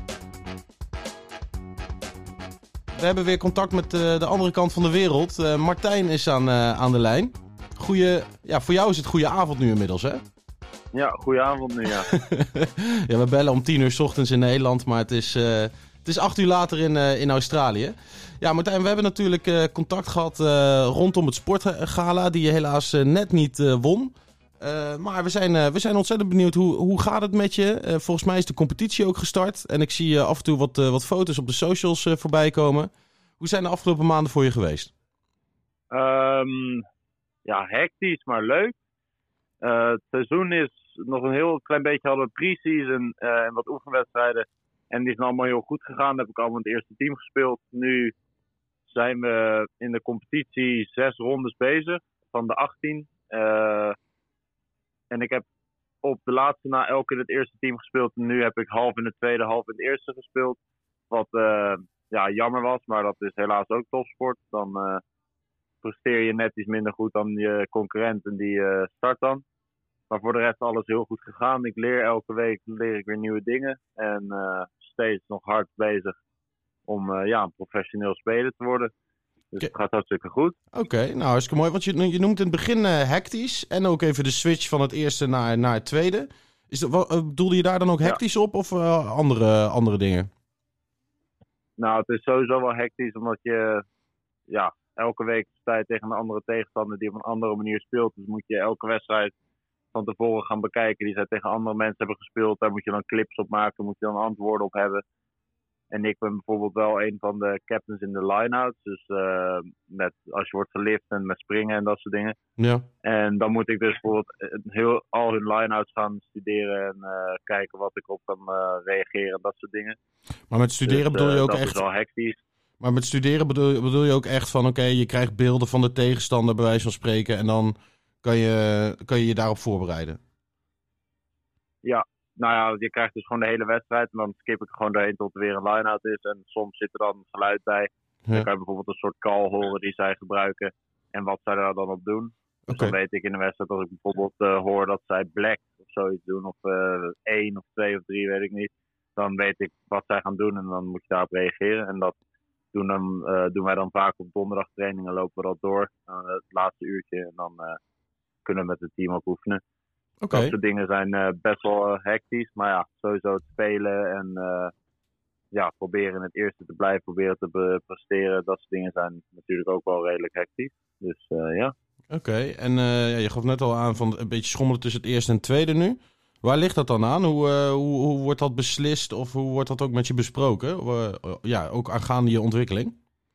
We hebben weer contact met uh, de andere kant van de wereld. Uh, Martijn is aan, uh, aan de lijn. Goeie, ja, voor jou is het goede avond nu inmiddels, hè? Ja, goeie avond nu, ja. Ja, we bellen om tien uur 's ochtends in Nederland, maar het is, uh, het is acht uur later in, uh, in Australië. Ja, Martijn, we hebben natuurlijk uh, contact gehad uh, rondom het sportgala, die je helaas uh, net niet uh, won. Uh, maar we zijn, uh, we zijn ontzettend benieuwd, hoe, hoe gaat het met je? Uh, volgens mij is de competitie ook gestart. En ik zie uh, af en toe wat, uh, wat foto's op de socials uh, voorbij komen. Hoe zijn de afgelopen maanden voor je geweest? Um, ja, hectisch, maar leuk. Uh, het seizoen is nog een heel klein beetje, hadden we pre-season uh, en wat oefenwedstrijden. En die zijn allemaal heel goed gegaan. Dan heb ik allemaal in het eerste team gespeeld. Nu zijn we in de competitie zes rondes bezig van de achttien. Uh, en ik heb op de laatste na elk in het eerste team gespeeld. En nu heb ik half in het tweede, half in het eerste gespeeld. Wat uh, ja, jammer was, maar dat is helaas ook topsport. Dan uh, presteer je net iets minder goed dan je concurrent en die uh, start dan. Maar voor de rest alles heel goed gegaan. Ik leer elke week leer ik weer nieuwe dingen. En uh, steeds nog hard bezig om uh, ja, een professioneel speler te worden. Dus het gaat hartstikke goed. Oké, okay, nou hartstikke mooi. Want je, je noemt in het begin uh, hectisch. En ook even de switch van het eerste naar, naar het tweede. Is dat, wat, bedoelde je daar dan ook hectisch ja. op of uh, andere, andere dingen? Nou, het is sowieso wel hectisch. Omdat je ja, elke week sta je tegen een andere tegenstander die op een andere manier speelt. Dus moet je elke wedstrijd van tevoren gaan bekijken. Die zij tegen andere mensen hebben gespeeld. Daar moet je dan clips op maken. Moet je dan antwoorden op hebben. En ik ben bijvoorbeeld wel een van de captains in de line-outs. Dus uh, met, als je wordt gelift en met springen en dat soort dingen. Ja. En dan moet ik dus bijvoorbeeld heel, al hun line-outs gaan studeren en uh, kijken wat ik op kan uh, reageren en dat soort dingen. Maar met studeren dus, bedoel je uh, ook dat echt... is wel hectisch. Maar met studeren bedoel, bedoel je ook echt van... Oké, okay, je krijgt beelden van de tegenstander bij wijze van spreken... en dan kan je kan je, je daarop voorbereiden? Ja, nou ja, je krijgt dus gewoon de hele wedstrijd... en dan skip ik gewoon doorheen tot er weer een line-out is... en soms zit er dan geluid bij. Ja. Dan kan je bijvoorbeeld een soort call horen die zij gebruiken... en wat zij daar dan op doen. Dus okay. Dan weet ik in de wedstrijd als ik bijvoorbeeld uh, hoor dat zij black of zoiets doen... of uh, één of twee of drie, weet ik niet... dan weet ik wat zij gaan doen en dan moet je daarop reageren. En dat... Doen, dan, uh, doen wij dan vaak op donderdag trainingen, lopen we dat door. Uh, het laatste uurtje en dan uh, kunnen we met het team ook oefenen. Okay. Dat soort dingen zijn uh, best wel uh, hectisch. Maar ja, sowieso het spelen en uh, ja, proberen in het eerste te blijven, proberen te be- presteren. Dat soort dingen zijn natuurlijk ook wel redelijk hectisch. Dus uh, ja. Oké, okay. en uh, ja, je gaf net al aan van een beetje schommelen tussen het eerste en het tweede nu. Waar ligt dat dan aan? Hoe, uh, hoe, hoe wordt dat beslist of hoe wordt dat ook met je besproken? Uh, ja, ook aangaande je ontwikkeling?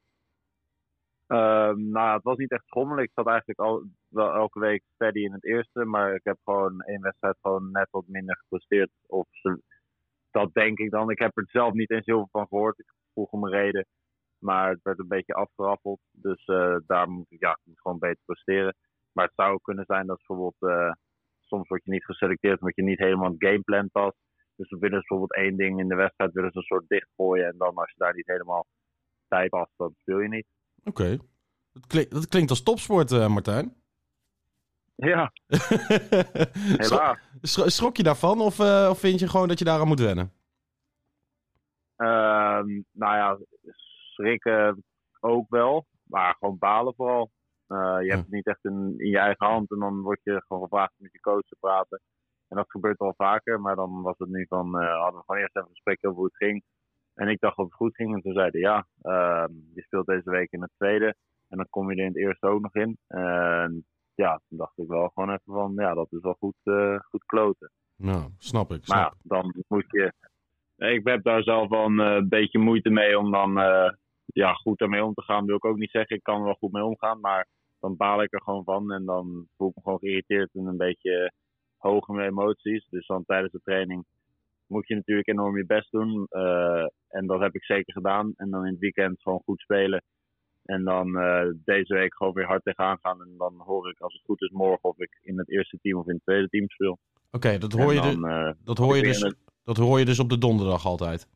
Uh, nou ja, het was niet echt schommelen. Ik zat eigenlijk al wel elke week steady in het eerste. Maar ik heb gewoon één wedstrijd gewoon net wat minder gepresteerd. Of ze, dat denk ik dan. Ik heb er zelf niet eens heel veel van gehoord. Ik vroeg om een reden. Maar het werd een beetje afgeraffeld. Dus uh, daar moet ik, ja, ik moet gewoon beter presteren. Maar het zou kunnen zijn dat bijvoorbeeld... Uh, soms word je niet geselecteerd omdat je niet helemaal aan het gameplan past. Dus dan willen ze bijvoorbeeld één ding in de wedstrijd willen ze een soort dichtgooien. En dan als je daar niet helemaal tijd past, dan speel je niet. Oké. Okay. Dat, klink, dat klinkt als topsport, uh, Martijn. Ja. Helaas. Schrok, schrok je daarvan of, uh, of vind je gewoon dat je daaraan moet wennen? Uh, nou ja, schrikken ook wel. Maar gewoon balen vooral. Uh, je hebt het niet echt in, in je eigen hand en dan word je gewoon gevraagd om met je coach te praten. En dat gebeurt wel vaker, maar dan was het nu van, uh, hadden we gewoon eerst even een gesprek over hoe het ging. En ik dacht dat het goed ging en toen zeiden ja, uh, je speelt deze week in het tweede en dan kom je er in het eerste ook nog in. En ja, toen dacht ik wel gewoon even van, ja, dat is wel goed, uh, goed kloten. Nou, snap ik. Snap. Maar ja, dan moet je, ik heb daar zelf wel een uh, beetje moeite mee om dan uh, ja, goed ermee om te gaan. Wil ik ook niet zeggen, ik kan er wel goed mee omgaan, maar dan baal ik er gewoon van en dan voel ik me gewoon geïrriteerd en een beetje hoge met emoties. Dus dan tijdens de training moet je natuurlijk enorm je best doen. Uh, en dat heb ik zeker gedaan. En dan in het weekend gewoon goed spelen. En dan uh, deze week gewoon weer hard tegenaan gaan. En dan hoor ik als het goed is morgen of ik in het eerste team of in het tweede team speel. Oké, okay, dat, hoor je dan, dus, uh, dat, hoor je dus, het... dat hoor je dus op de donderdag altijd?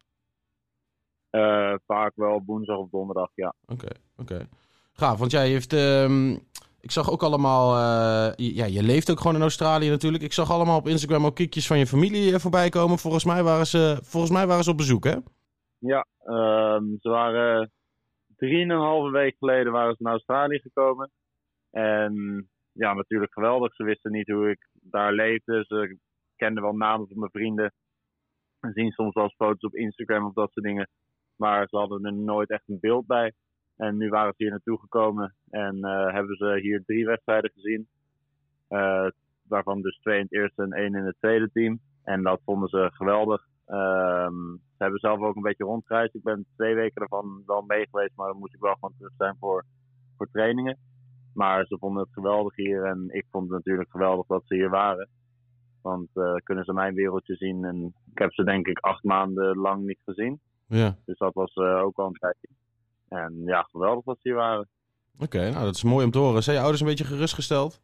Uh, vaak wel woensdag of donderdag, ja. Oké, okay, oké. Okay. Gaaf, want jij heeft... Um, ik zag ook allemaal... Uh, ja, je leeft ook gewoon in Australië natuurlijk. Ik zag allemaal op Instagram ook kiekjes van je familie uh, voorbij komen. Volgens mij waren ze, volgens mij waren ze op bezoek, hè? Ja, um, ze waren... Drieënhalve week geleden waren ze naar Australië gekomen. En ja, natuurlijk geweldig. Ze wisten niet hoe ik daar leefde. Ze kenden wel namen van mijn vrienden. En zien soms wel eens foto's op Instagram of dat soort dingen. Maar ze hadden er nooit echt een beeld bij. En nu waren ze hier naartoe gekomen en uh, hebben ze hier drie wedstrijden gezien. Uh, waarvan dus twee in het eerste en één in het tweede team. En dat vonden ze geweldig. Um, ze hebben zelf ook een beetje rondgereisd. Ik ben twee weken ervan wel mee geweest, maar dan moest ik wel gewoon terug zijn voor, voor trainingen. Maar ze vonden het geweldig hier en ik vond het natuurlijk geweldig dat ze hier waren. Want uh, kunnen ze mijn wereldje zien en ik heb ze denk ik acht maanden lang niet gezien. Ja. Dus dat was uh, ook al een tijdje. En ja, geweldig dat ze hier waren. Oké, okay, nou dat is mooi om te horen. Zijn je ouders een beetje gerustgesteld?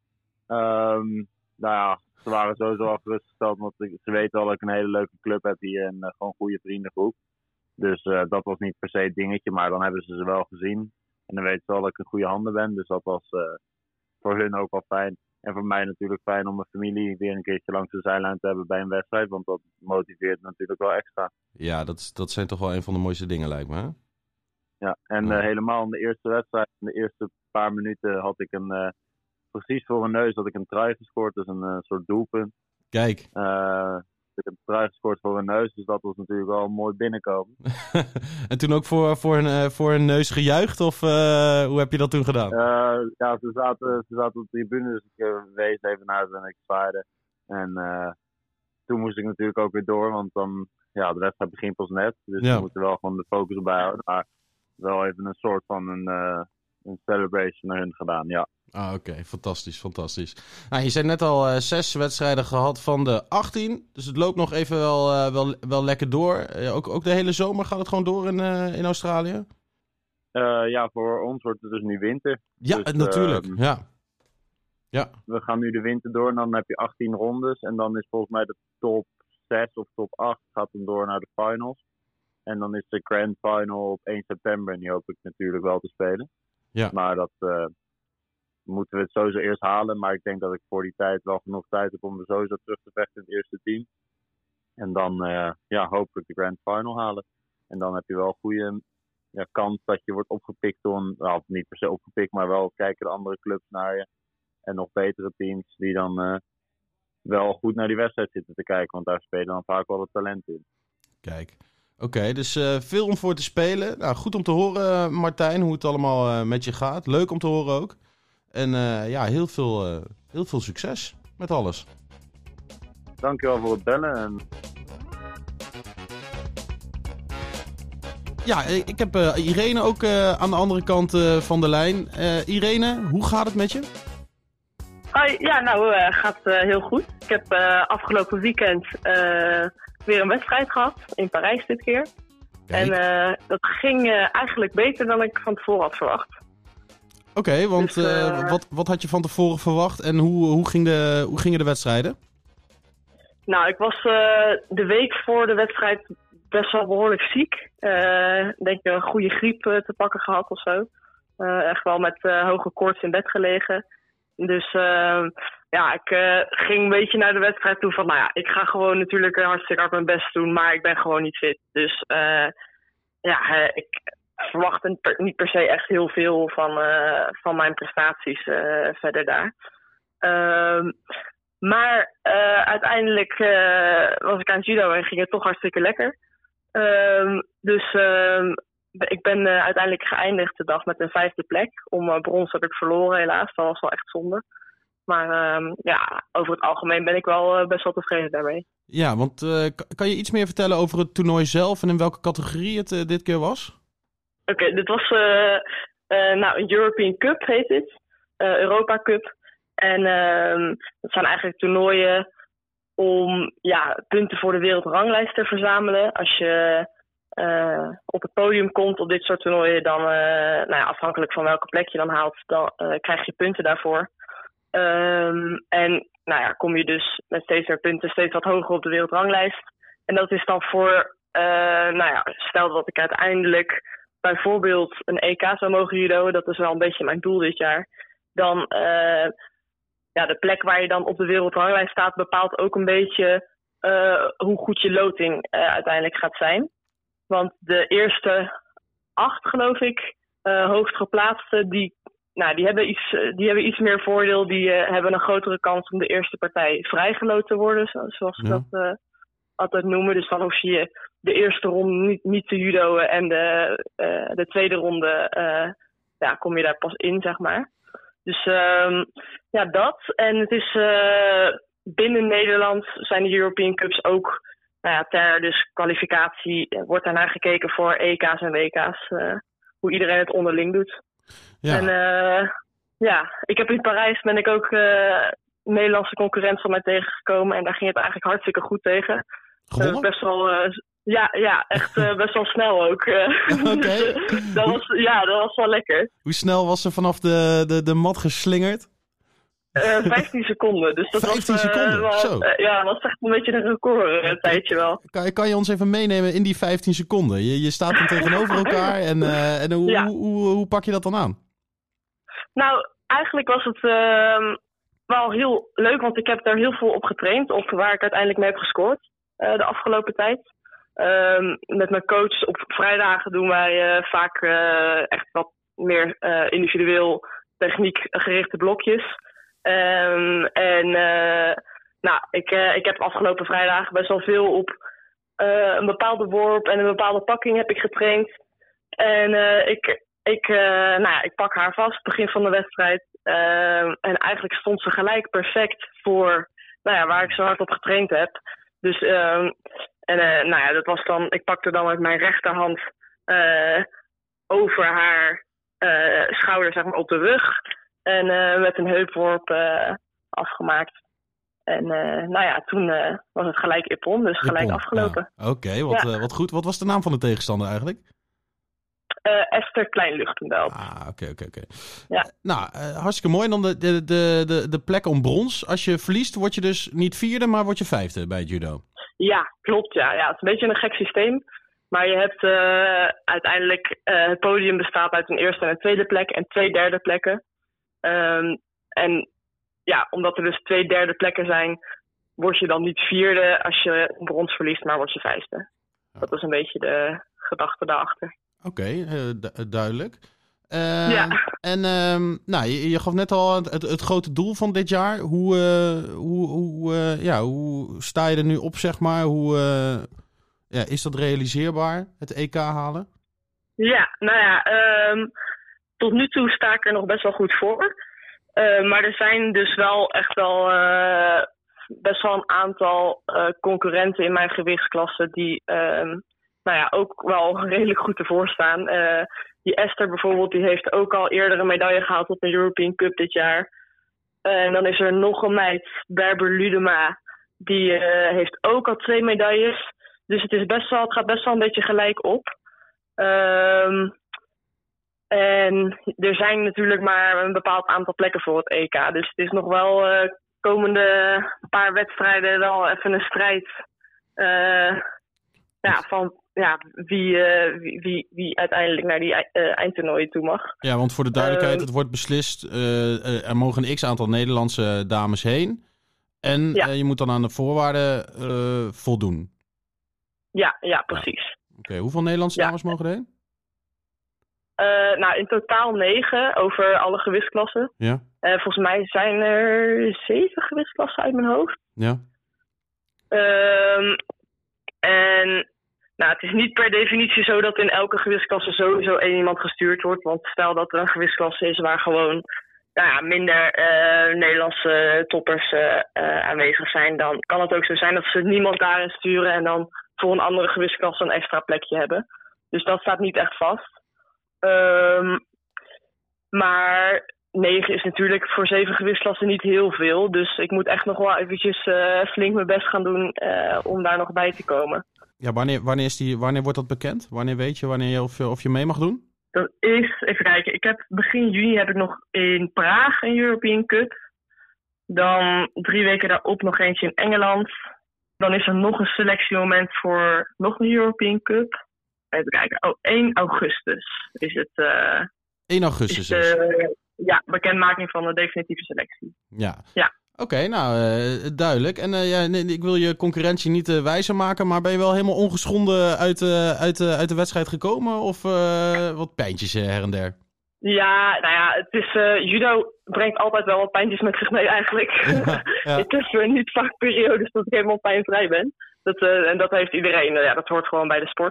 Um, nou ja, ze waren sowieso al gerustgesteld. Want ze weten al dat ik een hele leuke club heb hier en uh, gewoon een goede vriendengroep. Dus uh, dat was niet per se het dingetje, maar dan hebben ze ze wel gezien. En dan weten ze al dat ik in goede handen ben. Dus dat was uh, voor hun ook wel fijn. En voor mij natuurlijk fijn om mijn familie weer een keertje langs de zijlijn te hebben bij een wedstrijd. Want dat motiveert natuurlijk wel extra. Ja, dat, dat zijn toch wel een van de mooiste dingen, lijkt me, hè? Ja, en uh, helemaal in de eerste wedstrijd, in de eerste paar minuten had ik een, uh, precies voor mijn neus had ik een trui gescoord, dus een uh, soort doelpunt. Kijk. Uh, ik heb een trui gescoord voor mijn neus, dus dat was natuurlijk wel mooi binnenkomen. En toen ook voor, voor, een, uh, voor een neus gejuicht, of uh, hoe heb je dat toen gedaan? Uh, ja, ze zaten, ze zaten op de tribune, dus ik uh, wees even naar ze en ik zwaaide. En uh, toen moest ik natuurlijk ook weer door, want dan, ja, de wedstrijd begint pas net. Dus Ja. we moeten wel gewoon de focus erbij houden. Maar wel even een soort van een, uh, een celebration naar hun gedaan, ja. Ah, oké. Okay. Fantastisch, fantastisch. Nou, je zei net al uh, zes wedstrijden gehad van de achttien. Dus het loopt nog even wel, uh, wel, wel lekker door. Uh, ook, ook de hele zomer gaat het gewoon door in, uh, in Australië? Uh, ja, voor ons wordt het dus nu winter. Ja, dus, natuurlijk. Uh, ja. Ja. We gaan nu de winter door en dan heb je achttien rondes. En dan is volgens mij de top zes of top acht gaat dan door naar de finals. En dan is de grand final op één september. En die hoop ik natuurlijk wel te spelen. Ja. Maar dat uh, moeten we het sowieso eerst halen. Maar ik denk dat ik voor die tijd wel genoeg tijd heb om er sowieso terug te vechten in het eerste team. En dan uh, ja, hopelijk de grand final halen. En dan heb je wel een goede ja, kans dat je wordt opgepikt door een, nou, niet per se opgepikt, maar wel kijken de andere clubs naar je. En nog betere teams die dan uh, wel goed naar die wedstrijd zitten te kijken. Want daar spelen dan vaak wel het talent in. Kijk. Oké, okay, dus uh, veel om voor te spelen. Nou, goed om te horen, Martijn, hoe het allemaal uh, met je gaat. Leuk om te horen ook. En uh, ja, heel veel, uh, heel veel succes met alles. Dankjewel voor het bellen. En... Ja, ik heb uh, Irene ook uh, aan de andere kant uh, van de lijn. Uh, Irene, hoe gaat het met je? Hoi, ja, nou, uh, gaat uh, heel goed. Ik heb uh, afgelopen weekend uh, weer een wedstrijd gehad, in Parijs dit keer. Kijk. En uh, dat ging uh, eigenlijk beter dan ik van tevoren had verwacht. Oké, okay, want dus, uh, uh, wat, wat had je van tevoren verwacht en hoe, hoe, ging de, hoe gingen de wedstrijden? Nou, ik was uh, de week voor de wedstrijd best wel behoorlijk ziek. Uh, denk een goede griep uh, te pakken gehad of zo. Uh, echt wel met uh, hoge koorts in bed gelegen. Dus uh, ja, ik uh, ging een beetje naar de wedstrijd toe van, nou ja, ik ga gewoon natuurlijk hartstikke hard mijn best doen, maar ik ben gewoon niet fit. Dus uh, ja, uh, ik verwacht een per, niet per se echt heel veel van, uh, van mijn prestaties uh, verder daar. Uh, maar uh, uiteindelijk uh, was ik aan judo en ging het toch hartstikke lekker. Uh, dus uh, ik ben uh, uiteindelijk geëindigd de dag met een vijfde plek. Om uh, brons heb ik verloren helaas, dat was wel echt zonde. Maar uh, ja, over het algemeen ben ik wel uh, best wel tevreden daarmee. Ja, want uh, kan je iets meer vertellen over het toernooi zelf en in welke categorie het uh, dit keer was? Oké, okay, dit was uh, uh, nou, een European Cup heet dit. Uh, Europa Cup. En uh, dat zijn eigenlijk toernooien om ja, punten voor de wereldranglijst te verzamelen. Als je uh, op het podium komt op dit soort toernooien, dan uh, nou ja, afhankelijk van welke plek je dan haalt, dan uh, krijg je punten daarvoor. Um, en nou ja, kom je dus met steeds meer punten steeds wat hoger op de wereldranglijst. En dat is dan voor, uh, nou ja, stel dat ik uiteindelijk bijvoorbeeld een E K zou mogen judoën, dat is wel een beetje mijn doel dit jaar. Dan, uh, ja, de plek waar je dan op de wereldranglijst staat bepaalt ook een beetje uh, hoe goed je loting uh, uiteindelijk gaat zijn. Want de eerste acht, geloof ik, uh, hoogst geplaatste, die, nou, die, hebben iets, die hebben iets meer voordeel. Die uh, hebben een grotere kans om de eerste partij vrijgeloot te worden, zoals we ja. dat uh, altijd noemen. Dus dan hoef je de eerste ronde niet, niet te judoën en de, uh, de tweede ronde uh, ja, kom je daar pas in, zeg maar. Dus um, ja, dat. En het is uh, binnen Nederland zijn de European Cups ook nou ja, ter dus kwalificatie. Wordt daarnaar gekeken voor E K's en W K's. Uh, hoe iedereen het onderling doet. Ja. En uh, ja, ik heb in Parijs ben ik ook uh, een Nederlandse concurrent van mij tegengekomen. En daar ging het eigenlijk hartstikke goed tegen. Uh, best wel... Uh, Ja, ja, echt uh, best wel snel ook. Oké. Okay. dat was, ja, dat was wel lekker. Hoe snel was ze vanaf de, de, de mat geslingerd? Uh, vijftien seconden. Dus dat vijftien was, uh, seconden? was, Zo. Uh, ja, dat was echt een beetje een record uh, een tijdje wel. Kan, kan je ons even meenemen in die vijftien seconden? Je, je staat dan tegenover elkaar en, uh, en hoe, ja. hoe, hoe, hoe pak je dat dan aan? Nou, eigenlijk was het uh, wel heel leuk, want ik heb daar heel veel op getraind. Op waar ik uiteindelijk mee heb gescoord uh, de afgelopen tijd. Um, met mijn coach op vrijdagen doen wij uh, vaak uh, echt wat meer uh, individueel techniek gerichte blokjes. Um, en uh, nou, ik, uh, ik heb afgelopen vrijdagen best wel veel op uh, een bepaalde worp en een bepaalde pakking heb ik getraind. En uh, ik, ik, uh, nou ja, ik pak haar vast begin van de wedstrijd. Uh, en eigenlijk stond ze gelijk perfect voor nou ja, waar ik zo hard op getraind heb. Dus, um, en uh, nou ja, dat was dan, ik pakte dan met mijn rechterhand uh, over haar uh, schouder, zeg maar, op de rug. En uh, met een heupworp uh, afgemaakt. En uh, nou ja, toen uh, was het gelijk Ippon, dus gelijk Ippon, afgelopen. Ja. Oké, okay, wat, ja. uh, wat goed. Wat was de naam van de tegenstander eigenlijk? Uh, Esther Kleinluchtenbelt. Ah, oké, okay, oké, okay, oké. Okay. Ja. Uh, nou, uh, hartstikke mooi. Dan de, de, de, de, de plek om brons. Als je verliest, word je dus niet vierde, maar word je vijfde bij het judo. Ja, klopt. Ja. Ja, het is een beetje een gek systeem. Maar je hebt uh, uiteindelijk... Uh, het podium bestaat uit een eerste en een tweede plek en twee derde plekken. Um, en ja, omdat er dus twee derde plekken zijn, word je dan niet vierde als je brons verliest, maar word je vijfde. Ja. Dat is een beetje de gedachte daarachter. Oké, okay, uh, du- duidelijk. Uh, ja. En uh, nou, je, je gaf net al het, het, het grote doel van dit jaar. Hoe, uh, hoe, hoe, uh, ja, hoe sta je er nu op, zeg maar? Hoe uh, ja, is dat realiseerbaar, het E K halen? Ja, nou ja, um, tot nu toe sta ik er nog best wel goed voor. Uh, maar er zijn dus wel echt wel uh, best wel een aantal uh, concurrenten in mijn gewichtsklasse die um, nou ja, ook wel redelijk goed ervoor staan. Uh, die Esther bijvoorbeeld, die heeft ook al eerder een medaille gehaald op een European Cup dit jaar. Uh, en dan is er nog een meid, Berber Ludema, die uh, heeft ook al twee medailles. Dus het, is best wel, het gaat best wel een beetje gelijk op. Um, en er zijn natuurlijk maar een bepaald aantal plekken voor het E K. Dus het is nog wel uh, komende paar wedstrijden wel even een strijd uh, ja, van ja, wie, uh, wie, wie, wie uiteindelijk naar die uh, eindtoernooien toe mag. Ja, want voor de duidelijkheid, uh, uh, het wordt beslist, uh, uh, er mogen een x-aantal Nederlandse dames heen. En ja. uh, je moet dan aan de voorwaarden uh, voldoen. Ja, ja, precies. Ja. Oké, okay, hoeveel Nederlandse dames ja. mogen erheen? Uh, nou, in totaal negen over alle gewichtsklassen. Ja. Uh, volgens mij zijn er zeven gewichtsklassen uit mijn hoofd. Ja. Um, en nou, het is niet per definitie zo dat in elke gewichtsklasse sowieso één iemand gestuurd wordt. Want stel dat er een gewichtsklasse is waar gewoon nou ja, minder uh, Nederlandse toppers uh, uh, aanwezig zijn, dan kan het ook zo zijn dat ze niemand daarin sturen en dan voor een andere gewichtsklasse een extra plekje hebben. Dus dat staat niet echt vast. Um, maar negen is natuurlijk voor zeven gewichtsklassen niet heel veel. Dus ik moet echt nog wel eventjes uh, flink mijn best gaan doen uh, om daar nog bij te komen. Ja, wanneer, wanneer, is die, wanneer wordt dat bekend? Wanneer weet je wanneer je of, of je mee mag doen? Dat is, even kijken, ik heb begin juni heb ik nog in Praag een European Cup. Dan drie weken daarop nog eentje in Engeland. Dan is er nog een selectiemoment voor nog een European Cup. Even kijken, oh, één augustus is het. Uh, één augustus is de, ja, bekendmaking van de definitieve selectie. Ja. Ja. Oké, okay, nou, uh, duidelijk. En uh, ja, nee, ik wil je concurrentie niet uh, wijzer maken, maar ben je wel helemaal ongeschonden uit, uh, uit, uh, uit de wedstrijd gekomen? Of uh, wat pijntjes uh, her en der? Ja, nou ja, het is, uh, judo brengt altijd wel wat pijntjes met zich mee eigenlijk. Ja, ja. Ik heb uh, niet vaak periodes dat ik helemaal pijnvrij ben. Dat, uh, en dat heeft iedereen, uh, ja, dat hoort gewoon bij de sport.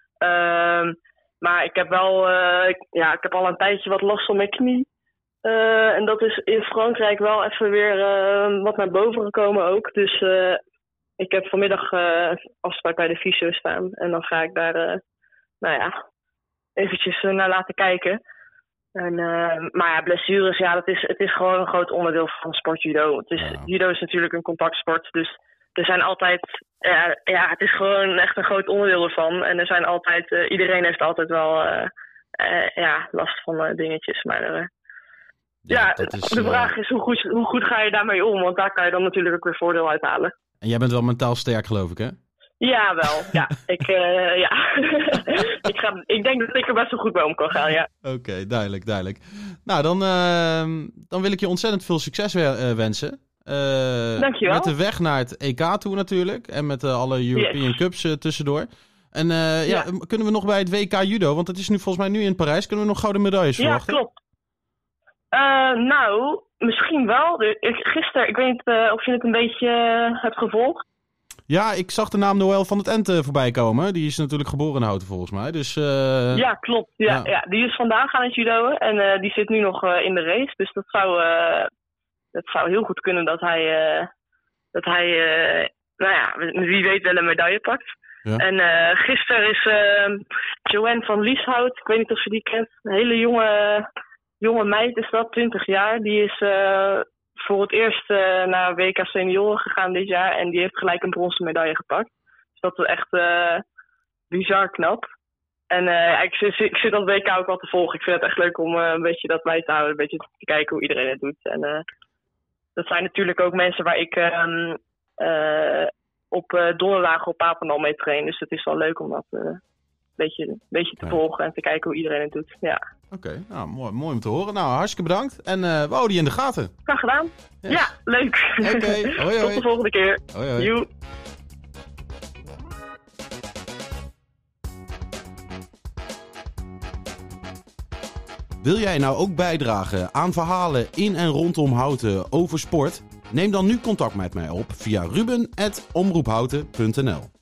Uh, maar ik heb wel, uh, ik, ja, ik heb al een tijdje wat last van mijn knie. Uh, en dat is in Frankrijk wel even weer uh, wat naar boven gekomen ook. Dus uh, ik heb vanmiddag uh, afspraak bij de fysio staan. En dan ga ik daar, uh, nou ja, eventjes uh, naar laten kijken. En, uh, maar ja, blessures, ja, dat is, het is gewoon een groot onderdeel van sport judo. Het is, ja. Judo is natuurlijk een contactsport, dus er zijn altijd, ja, ja, het is gewoon echt een groot onderdeel ervan. En er zijn altijd, uh, iedereen heeft altijd wel uh, uh, ja, last van uh, dingetjes. Maar uh, ja, ja is, de vraag uh... is hoe goed, hoe goed ga je daarmee om? Want daar kan je dan natuurlijk ook weer voordeel uit halen. En jij bent wel mentaal sterk, geloof ik, hè? Ja, wel. Ja, ik, uh, ja. ik, ga, ik denk dat ik er best wel goed bij om kan gaan, ja. Oké, okay, duidelijk, duidelijk. Nou, dan, uh, dan wil ik je ontzettend veel succes uh, wensen. Uh, Dankjewel. Met de weg naar het E K toe natuurlijk. En met uh, alle European yes. Cups uh, tussendoor. En uh, ja. ja, kunnen we nog bij het W K Judo, want het is nu volgens mij nu in Parijs, kunnen we nog gouden medailles verwachten? Ja, klopt. Uh, nou, misschien wel. Gisteren, ik weet niet uh, of je het een beetje uh, hebt gevolgd. Ja, ik zag de naam Noël van het Ent uh, voorbij komen. Die is natuurlijk geboren in Houten volgens mij. Dus, uh... Ja, klopt. Ja, ja. Ja, die is vandaag aan het judoën en uh, die zit nu nog uh, in de race. Dus dat zou, uh, dat zou heel goed kunnen dat hij, uh, dat hij uh, nou ja, wie weet wel een medaille pakt. Ja. En uh, gisteren is uh, Joanne van Lieshout, ik weet niet of je die kent, een hele jonge, jonge meid is dat, twintig jaar. Die is uh, voor het eerst uh, naar W K senioren gegaan dit jaar en die heeft gelijk een bronzen medaille gepakt. Dus dat is echt uh, bizar knap. En uh, ik, ik, ik zit dat W K ook wel te volgen. Ik vind het echt leuk om uh, een beetje dat bij te houden, een beetje te kijken hoe iedereen het doet. En uh, dat zijn natuurlijk ook mensen waar ik um, uh, op uh, donderdagen op Papendal mee train. Dus het is wel leuk om dat uh, een beetje, een beetje te Ja. volgen en te kijken hoe iedereen het doet. Ja. Oké, okay, nou, mooi, mooi om te horen. Nou, hartstikke bedankt. En uh, we houden je in de gaten. Graag gedaan. Yes. Ja, leuk. Oké, okay. hoi hoi. Tot de volgende keer. Hoi hoi. Joe. Wil jij nou ook bijdragen aan verhalen in en rondom Houten over sport? Neem dan nu contact met mij op via ruben apenstaartje omroephouten punt n l.